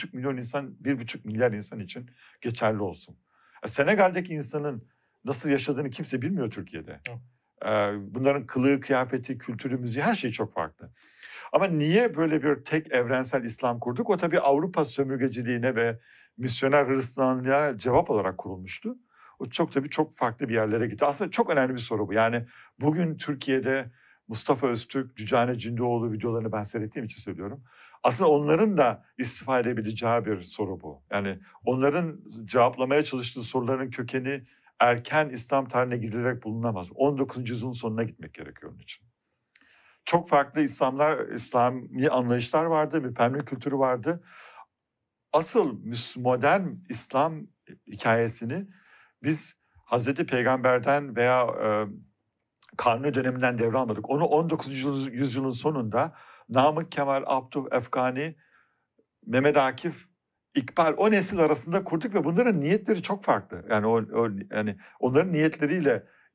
1,5 milyar insan için geçerli olsun. Senegal'deki insanın nasıl yaşadığını kimse bilmiyor Türkiye'de. Bunların kılığı, kıyafeti, kültürü, müziği, her şey çok farklı. Ama niye böyle bir tek evrensel İslam kurduk? O tabii Avrupa sömürgeciliğine ve misyoner Hristiyanlığa cevap olarak kurulmuştu. O çok farklı bir yerlere gitti. Aslında çok önemli bir soru bu. Yani bugün Türkiye'de Mustafa Öztürk, Dücane Cindoğlu videolarını ben seyrettiğim için söylüyorum. Aslında onların da istifa edebileceği bir soru bu. Yani onların cevaplamaya çalıştığı soruların kökeni erken İslam tarihine gidilerek bulunamaz. 19. yüzyılın sonuna gitmek gerekiyor onun için. Çok farklı İslami anlayışlar vardı, müpemlik kültürü vardı. Asıl modern İslam hikayesini biz Hazreti Peygamber'den veya Kanuni döneminden devralmadık. Onu 19. yüzyılın sonunda Namık Kemal, Abduh Efgani, Mehmet Akif, İkbal, o nesil arasında kurduk ve bunların niyetleri çok farklı. Yani yani onların niyetleriyle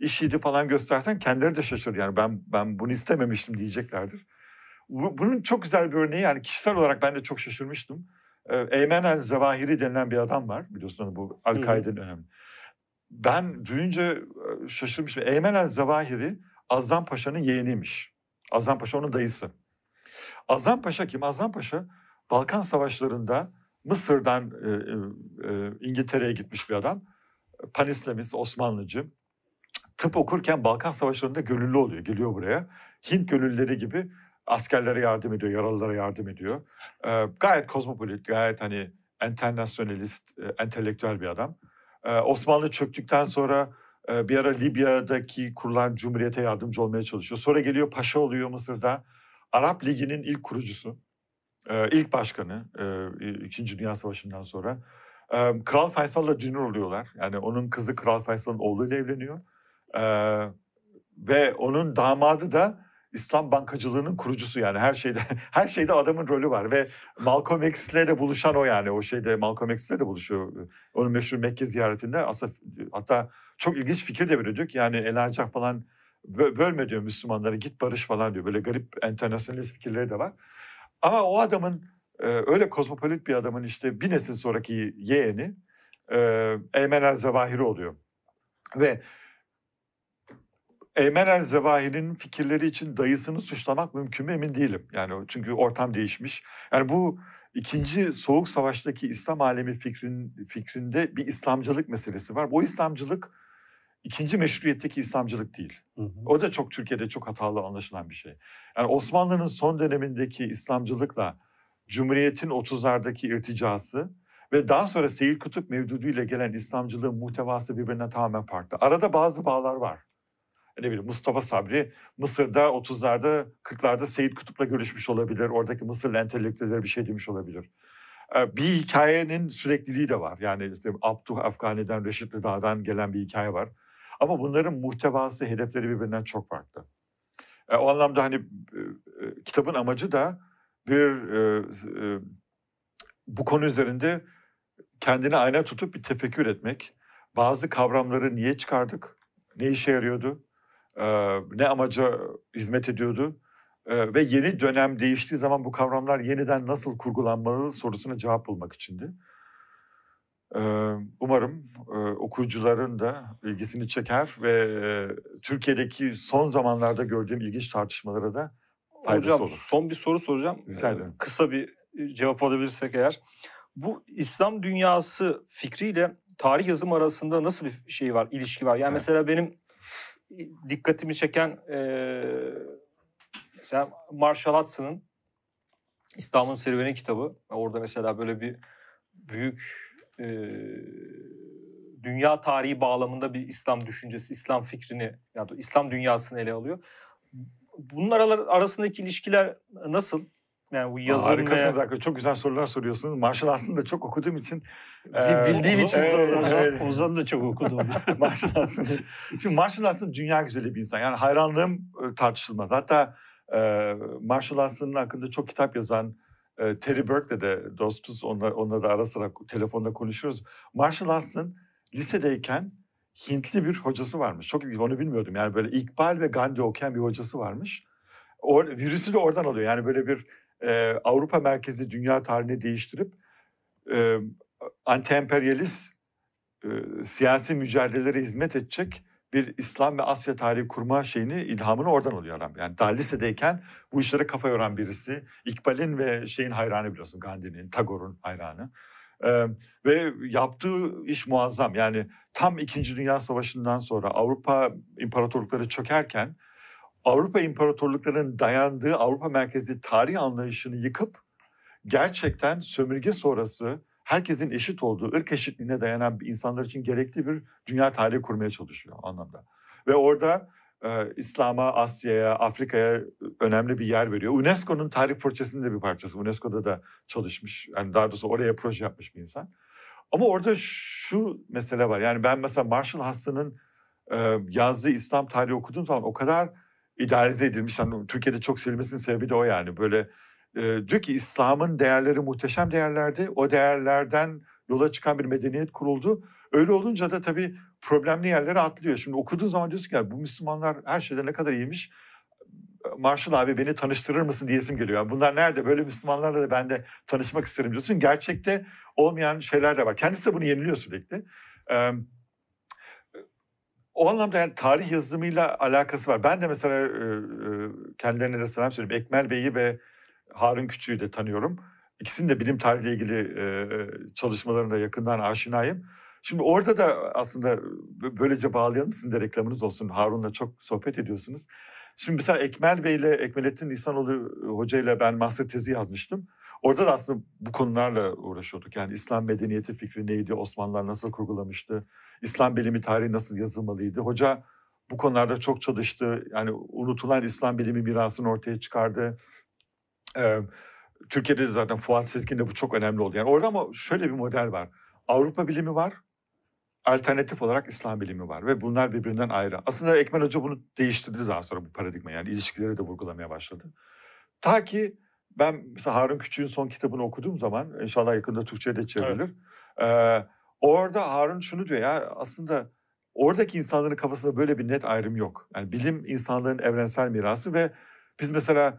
işiydi falan göstersen kendileri de şaşırır. Yani ben bunu istememiştim diyeceklerdir. Bunun çok güzel bir örneği, yani kişisel olarak ben de çok şaşırmıştım. Eymen el-Zevahiri denilen bir adam var, biliyorsunuz, bu Al-Kaide'nin önemli. Ben duyunca şaşırmıştım. Eymen el-Zevahiri Azam Paşa'nın yeğeniymiş. Azam Paşa onun dayısı. Azam Paşa kim? Azam Paşa Balkan Savaşları'nda Mısır'dan İngiltere'ye gitmiş bir adam. Panislemist, Osmanlıcı. Tıp okurken Balkan Savaşları'nda gönüllü oluyor. Geliyor buraya. Hint gönüllüleri gibi askerlere yardım ediyor, yaralılara yardım ediyor. Gayet kozmopolit, gayet hani enternasyonalist, entelektüel bir adam. Osmanlı çöktükten sonra bir ara Libya'daki kurulan cumhuriyete yardımcı olmaya çalışıyor. Sonra geliyor, paşa oluyor Mısır'da. Arap Ligi'nin ilk kurucusu, ilk başkanı, İkinci Dünya Savaşı'ndan sonra. Kral Faysal'la Junior oluyorlar. Yani onun kızı Kral Faysal'ın oğluyla evleniyor. Ve onun damadı da İslam bankacılığının kurucusu, yani her şeyde adamın rolü var ve Malcolm X'le de buluşan o, yani o şeyde Malcolm X'le de buluşuyor. Onun meşhur Mekke ziyaretinde hatta çok ilginç fikir de veriyor, diyor ki yani El falan bölme diyor Müslümanları, git barış falan diyor. Böyle garip enternasyonalist fikirleri de var. Ama o adamın öyle kozmopolit bir adamın işte bir nesil sonraki yeğeni Eymen el-Zevahiri oluyor. Ve Eymen el-Zevahiri'nin fikirleri için dayısını suçlamak mümkün mü emin değilim. Yani çünkü ortam değişmiş. Yani bu ikinci Soğuk Savaş'taki İslam alemi fikrinde bir İslamcılık meselesi var. Bu İslamcılık ikinci meşruiyetteki İslamcılık değil. O da çok Türkiye'de çok hatalı anlaşılan bir şey. Yani Osmanlı'nın son dönemindeki İslamcılıkla Cumhuriyet'in 30'lardaki irticası ve daha sonra Seyyid Kutup Mevdudu ile gelen İslamcılığın muhtevası birbirinden tamamen farklı. Arada bazı bağlar var. Ne bileyim, Mustafa Sabri Mısır'da 30'larda 40'larda Seyyid Kutup'la görüşmüş olabilir. Oradaki Mısırlı entelektüellere bir şey demiş olabilir. Bir hikayenin sürekliliği de var. Yani işte Abduh Afgani'den, Reşit Rıda'dan gelen bir hikaye var. Ama bunların muhtevası, hedefleri birbirinden çok farklı. O anlamda hani kitabın amacı da bu konu üzerinde kendine ayna tutup bir tefekkür etmek. Bazı kavramları niye çıkardık? Ne işe yarıyordu? Ne amaca hizmet ediyordu? Ve yeni dönem değiştiği zaman bu kavramlar yeniden nasıl kurgulanmalı sorusuna cevap bulmak içindi. Umarım okuyucuların da ilgisini çeker ve Türkiye'deki son zamanlarda gördüğüm ilginç tartışmalara da faydası olur. Hocam son bir soru soracağım. Kısa bir cevap alabilirsek eğer. Bu İslam dünyası fikriyle tarih yazımı arasında nasıl bir şey var, ilişki var? Yani mesela benim dikkatimi çeken mesela Marshall Hudson'ın İslam'ın Serüveni kitabı. Orada mesela böyle bir büyük dünya tarihi bağlamında bir İslam düşüncesi, İslam fikrini, yani İslam dünyasını ele alıyor. Bunlar arasındaki ilişkiler nasıl? Yani bu yazım harikasınız hakikaten. Çok güzel sorular soruyorsunuz. Marshall Hudson'ı da çok okuduğum için. Bildiğim için soruyorum. Ozan da çok okudu onu. Marshall Hudson. Şimdi Marshall Hudson dünya güzeli bir insan. Yani hayranlığım tartışılmaz. Hatta Marshall Hudson'ın hakkında çok kitap yazan Terry Burke'le de dostuz. Onunla da ara sıra telefonda konuşuyoruz. Marshall Hudson lisedeyken Hintli bir hocası varmış. Çok ilginç, onu bilmiyordum. Yani böyle İkbal ve Gandhi okuyan bir hocası varmış. Virüsü de oradan alıyor. Yani böyle bir Avrupa merkezi dünya tarihini değiştirip anti-emperyalist siyasi mücadelelere hizmet edecek bir İslam ve Asya tarihi kurma ilhamını oradan alıyor adam. Yani daha lisedeyken bu işlere kafa yoran birisi. İkbal'in ve hayranı, biliyorsun, Gandhi'nin, Tagore'un hayranı. Ve yaptığı iş muazzam. Yani tam 2. Dünya Savaşı'ndan sonra Avrupa imparatorlukları çökerken Avrupa imparatorluklarının dayandığı Avrupa merkezli tarih anlayışını yıkıp gerçekten sömürge sonrası herkesin eşit olduğu, ırk eşitliğine dayanan insanlar için gerekli bir dünya tarihi kurmaya çalışıyor anlamda. Ve orada İslam'a, Asya'ya, Afrika'ya önemli bir yer veriyor. UNESCO'nun tarih projesinin de bir parçası. UNESCO'da da çalışmış, yani daha doğrusu oraya proje yapmış bir insan. Ama orada şu mesele var. Yani ben mesela Marshall Hudson'ın yazdığı İslam tarihi okuduğum zaman o kadar idealize edilmiş. Yani Türkiye'de çok sevilmesinin sebebi de o yani. Böyle diyor ki İslam'ın değerleri muhteşem değerlerdi. O değerlerden yola çıkan bir medeniyet kuruldu. Öyle olunca da tabii problemli yerlere atlıyor. Şimdi okuduğun zaman diyorsun ki ya bu Müslümanlar her şeyde ne kadar iyiymiş. Marshall abi beni tanıştırır mısın diyesim geliyor. Yani bunlar nerede? Böyle Müslümanlarla da ben de tanışmak isterim diyorsun. Gerçekte olmayan şeyler de var. Kendisi de bunu yeniliyor sürekli. O anlamda yani tarih yazımıyla alakası var. Ben de mesela kendilerine de selam söyleyeyim. Ekmel Bey'i ve Harun Küçük'ü de tanıyorum. İkisinin de bilim tarihiyle ilgili çalışmalarına yakından aşinayım. Şimdi orada da aslında böylece bağlayalım. Sizin de reklamınız olsun. Harun'la çok sohbet ediyorsunuz. Şimdi mesela Ekmel Bey ile Ekmelettin İhsanoğlu Hoca ile ben master tezi yazmıştım. Orada da aslında bu konularla uğraşıyorduk. Yani İslam medeniyeti fikri neydi? Osmanlılar nasıl kurgulamıştı? İslam bilimi tarihi nasıl yazılmalıydı? Hoca bu konularda çok çalıştı. Yani unutulan İslam bilimi mirasını ortaya çıkardı. Türkiye'de de zaten Fuat Sezgin'de bu çok önemli oldu. Yani orada ama şöyle bir model var. Avrupa bilimi var. Alternatif olarak İslam bilimi var ve bunlar birbirinden ayrı. Aslında Ekmel Hoca bunu değiştirdi daha sonra bu paradigma. Yani ilişkileri de vurgulamaya başladı. Ta ki ben mesela Harun Küçük'ün son kitabını okuduğum zaman inşallah yakında Türkçe'ye de çevrilir. Evet. Orada Harun şunu diyor ya aslında oradaki insanların kafasında böyle bir net ayrım yok. Yani bilim insanlığın evrensel mirası ve biz mesela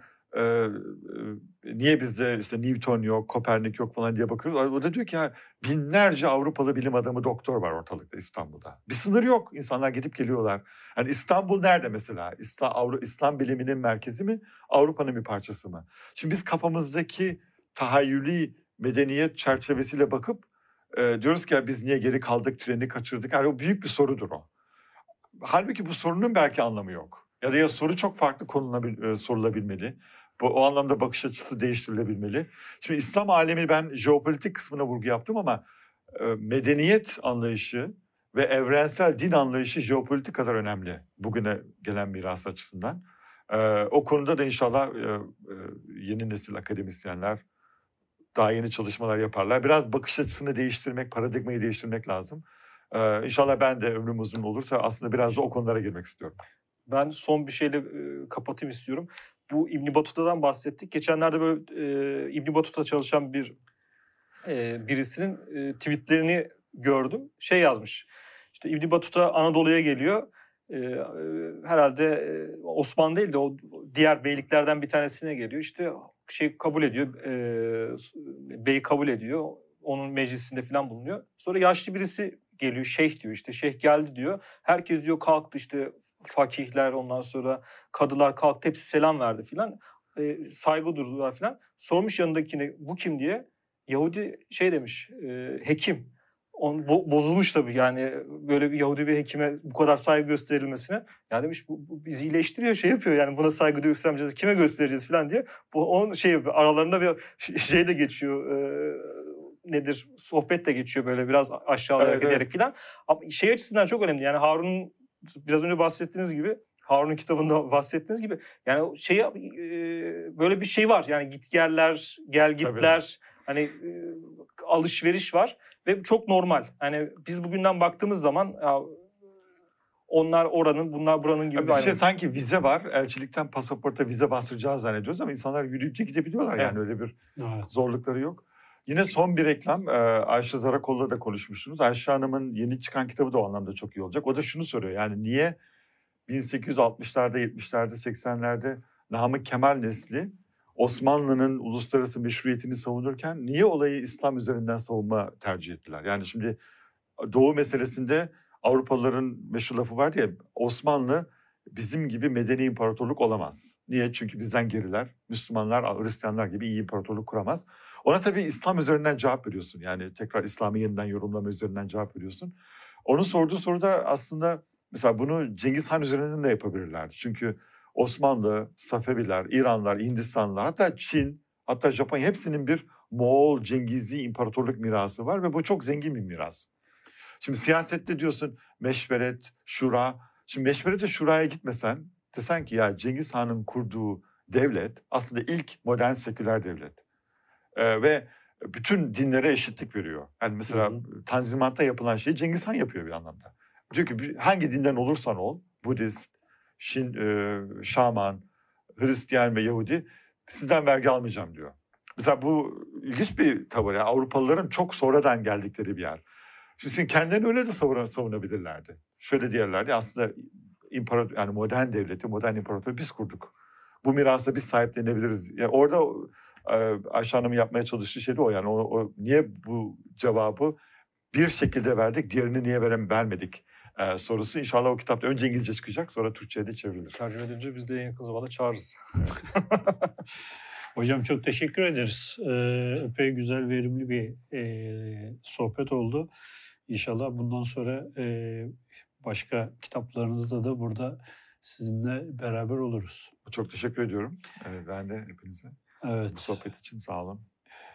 niye bizde işte Newton yok, Kopernik yok falan diye bakıyoruz. O da diyor ki ya binlerce Avrupalı bilim adamı doktor var ortalıkta İstanbul'da. Bir sınır yok. İnsanlar gidip geliyorlar. Yani İstanbul nerede mesela? İslam biliminin merkezi mi? Avrupa'nın bir parçası mı? Şimdi biz kafamızdaki tahayyülü medeniyet çerçevesiyle bakıp diyoruz ki ya biz niye geri kaldık, treni kaçırdık. Yani o büyük bir sorudur o. Halbuki bu sorunun belki anlamı yok. Ya da soru çok farklı sorulabilmeli. O anlamda bakış açısı değiştirilebilmeli. Şimdi İslam alemi ben jeopolitik kısmına vurgu yaptım ama medeniyet anlayışı ve evrensel din anlayışı jeopolitik kadar önemli bugüne gelen miras açısından. O konuda da inşallah yeni nesil akademisyenler daha yeni çalışmalar yaparlar. Biraz bakış açısını değiştirmek, paradigmayı değiştirmek lazım. İnşallah ben de ömrüm uzun olursa aslında biraz da o konulara girmek istiyorum. Ben son bir şeyle kapatayım istiyorum. Bu İbn Batuta'dan bahsettik. Geçenlerde böyle İbn Batuta çalışan birisinin tweetlerini gördüm. Şey yazmış. İşte İbn Batuta Anadolu'ya geliyor. Herhalde Osman değil de o diğer beyliklerden bir tanesine geliyor. İşte şey kabul ediyor. Bey kabul ediyor. Onun meclisinde falan bulunuyor. Sonra yaşlı birisi geliyor. Şeyh diyor işte. Şeyh geldi diyor. Herkes diyor kalktı işte fakihler ondan sonra kadılar kalktı. Hepsi selam verdi filan. Saygı durdular filan. Sormuş yanındakine bu kim diye. Yahudi şey demiş. Hekim. Bozulmuş tabii yani böyle bir Yahudi bir hekime bu kadar saygı gösterilmesine. Ya demiş bu bizi iyileştiriyor şey yapıyor yani buna saygı göstermeyeceğiz kime göstereceğiz falan diye. Onun şey yapıyor aralarında bir şey de geçiyor nedir sohbet de geçiyor böyle biraz aşağılayarak ederek falan. Ama şey açısından çok önemli yani Harun'un biraz önce bahsettiğiniz gibi Harun'un kitabında bahsettiğiniz gibi yani böyle bir şey var yani git geller gel gitler hani alışveriş var. Ve çok normal. Yani biz bugünden baktığımız zaman ya, onlar oranın, bunlar buranın gibi bir şey sanki vize var. Elçilikten pasaporta vize bastıracağız zannediyoruz ama insanlar yürüyüp gidebiliyorlar. Evet. Yani öyle bir zorlukları yok. Yine son bir reklam. Ayşe Zarakol'la da konuşmuştunuz. Ayşe Hanım'ın yeni çıkan kitabı da o anlamda çok iyi olacak. O da şunu soruyor. Yani niye 1860'larda, 70'lerde, 80'lerde Namık Kemal nesli Osmanlı'nın uluslararası meşruiyetini savunurken niye olayı İslam üzerinden savunma tercih ettiler? Yani şimdi Doğu meselesinde Avrupalıların meşhur lafı var ya Osmanlı bizim gibi medeni imparatorluk olamaz. Niye? Çünkü bizden geriler. Müslümanlar, Hristiyanlar gibi iyi imparatorluk kuramaz. Ona tabii İslam üzerinden cevap veriyorsun. Yani tekrar İslam'ı yeniden yorumlama üzerinden cevap veriyorsun. Onun sorduğu soruda aslında mesela bunu Cengiz Han üzerinden de yapabilirlerdi. Çünkü Osmanlı, Safeviler, İranlar, Hindistanlılar, hatta Çin, hatta Japonya hepsinin bir Moğol, Cengizi imparatorluk mirası var ve bu çok zengin bir miras. Şimdi siyasette diyorsun meşveret, şura. Şimdi meşverete şuraya gitmesen desen ki ya Cengiz Han'ın kurduğu devlet aslında ilk modern seküler devlet. Ve bütün dinlere eşitlik veriyor. Yani mesela Tanzimat'ta yapılan şeyi Cengiz Han yapıyor bir anlamda. Diyor ki hangi dinden olursan ol, Budist, Şaman, Hristiyan ve Yahudi sizden vergi almayacağım diyor. Mesela bu ilginç bir tavır. Yani Avrupalıların çok sonradan geldikleri bir yer. Şimdi kendilerini öyle de savunabilirlerdi. Şöyle diyorlardı, aslında imparator, yani modern devleti, modern imparatoru biz kurduk. Bu mirası biz sahiplenebiliriz. Yani orada Ayşe Hanım'ın yapmaya çalıştığı şey de o, yani o niye bu cevabı bir şekilde verdik, diğerini niye vermedik sorusu. İnşallah o kitapta önce İngilizce çıkacak, sonra Türkçe'ye de çevrilir. Tercüme edince biz de en yakın zamanda çağırırız. Hocam çok teşekkür ederiz. Epey güzel, verimli bir sohbet oldu. İnşallah bundan sonra başka kitaplarınızda da burada sizinle beraber oluruz. Çok teşekkür ediyorum. Ben de hepinize. Evet. Bu sohbet için sağ olun.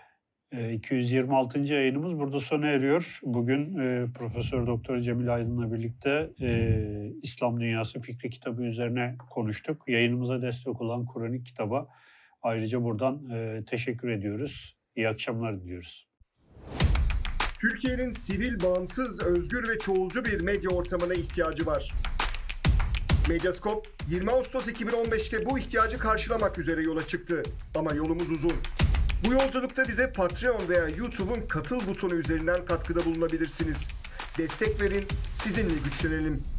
226. yayınımız burada sona eriyor. Bugün Profesör Doktor Cemil Aydın'la birlikte İslam Dünyası Fikri kitabı üzerine konuştuk. Yayınımıza destek olan Kur'an-ı Kitap'a ayrıca buradan teşekkür ediyoruz. İyi akşamlar diliyoruz. Türkiye'nin sivil, bağımsız, özgür ve çoğulcu bir medya ortamına ihtiyacı var. Medyascope 20 Ağustos 2015'te bu ihtiyacı karşılamak üzere yola çıktı. Ama yolumuz uzun. Bu yolculukta bize Patreon veya YouTube'un katıl butonu üzerinden katkıda bulunabilirsiniz. Destek verin, sizinle güçlenelim.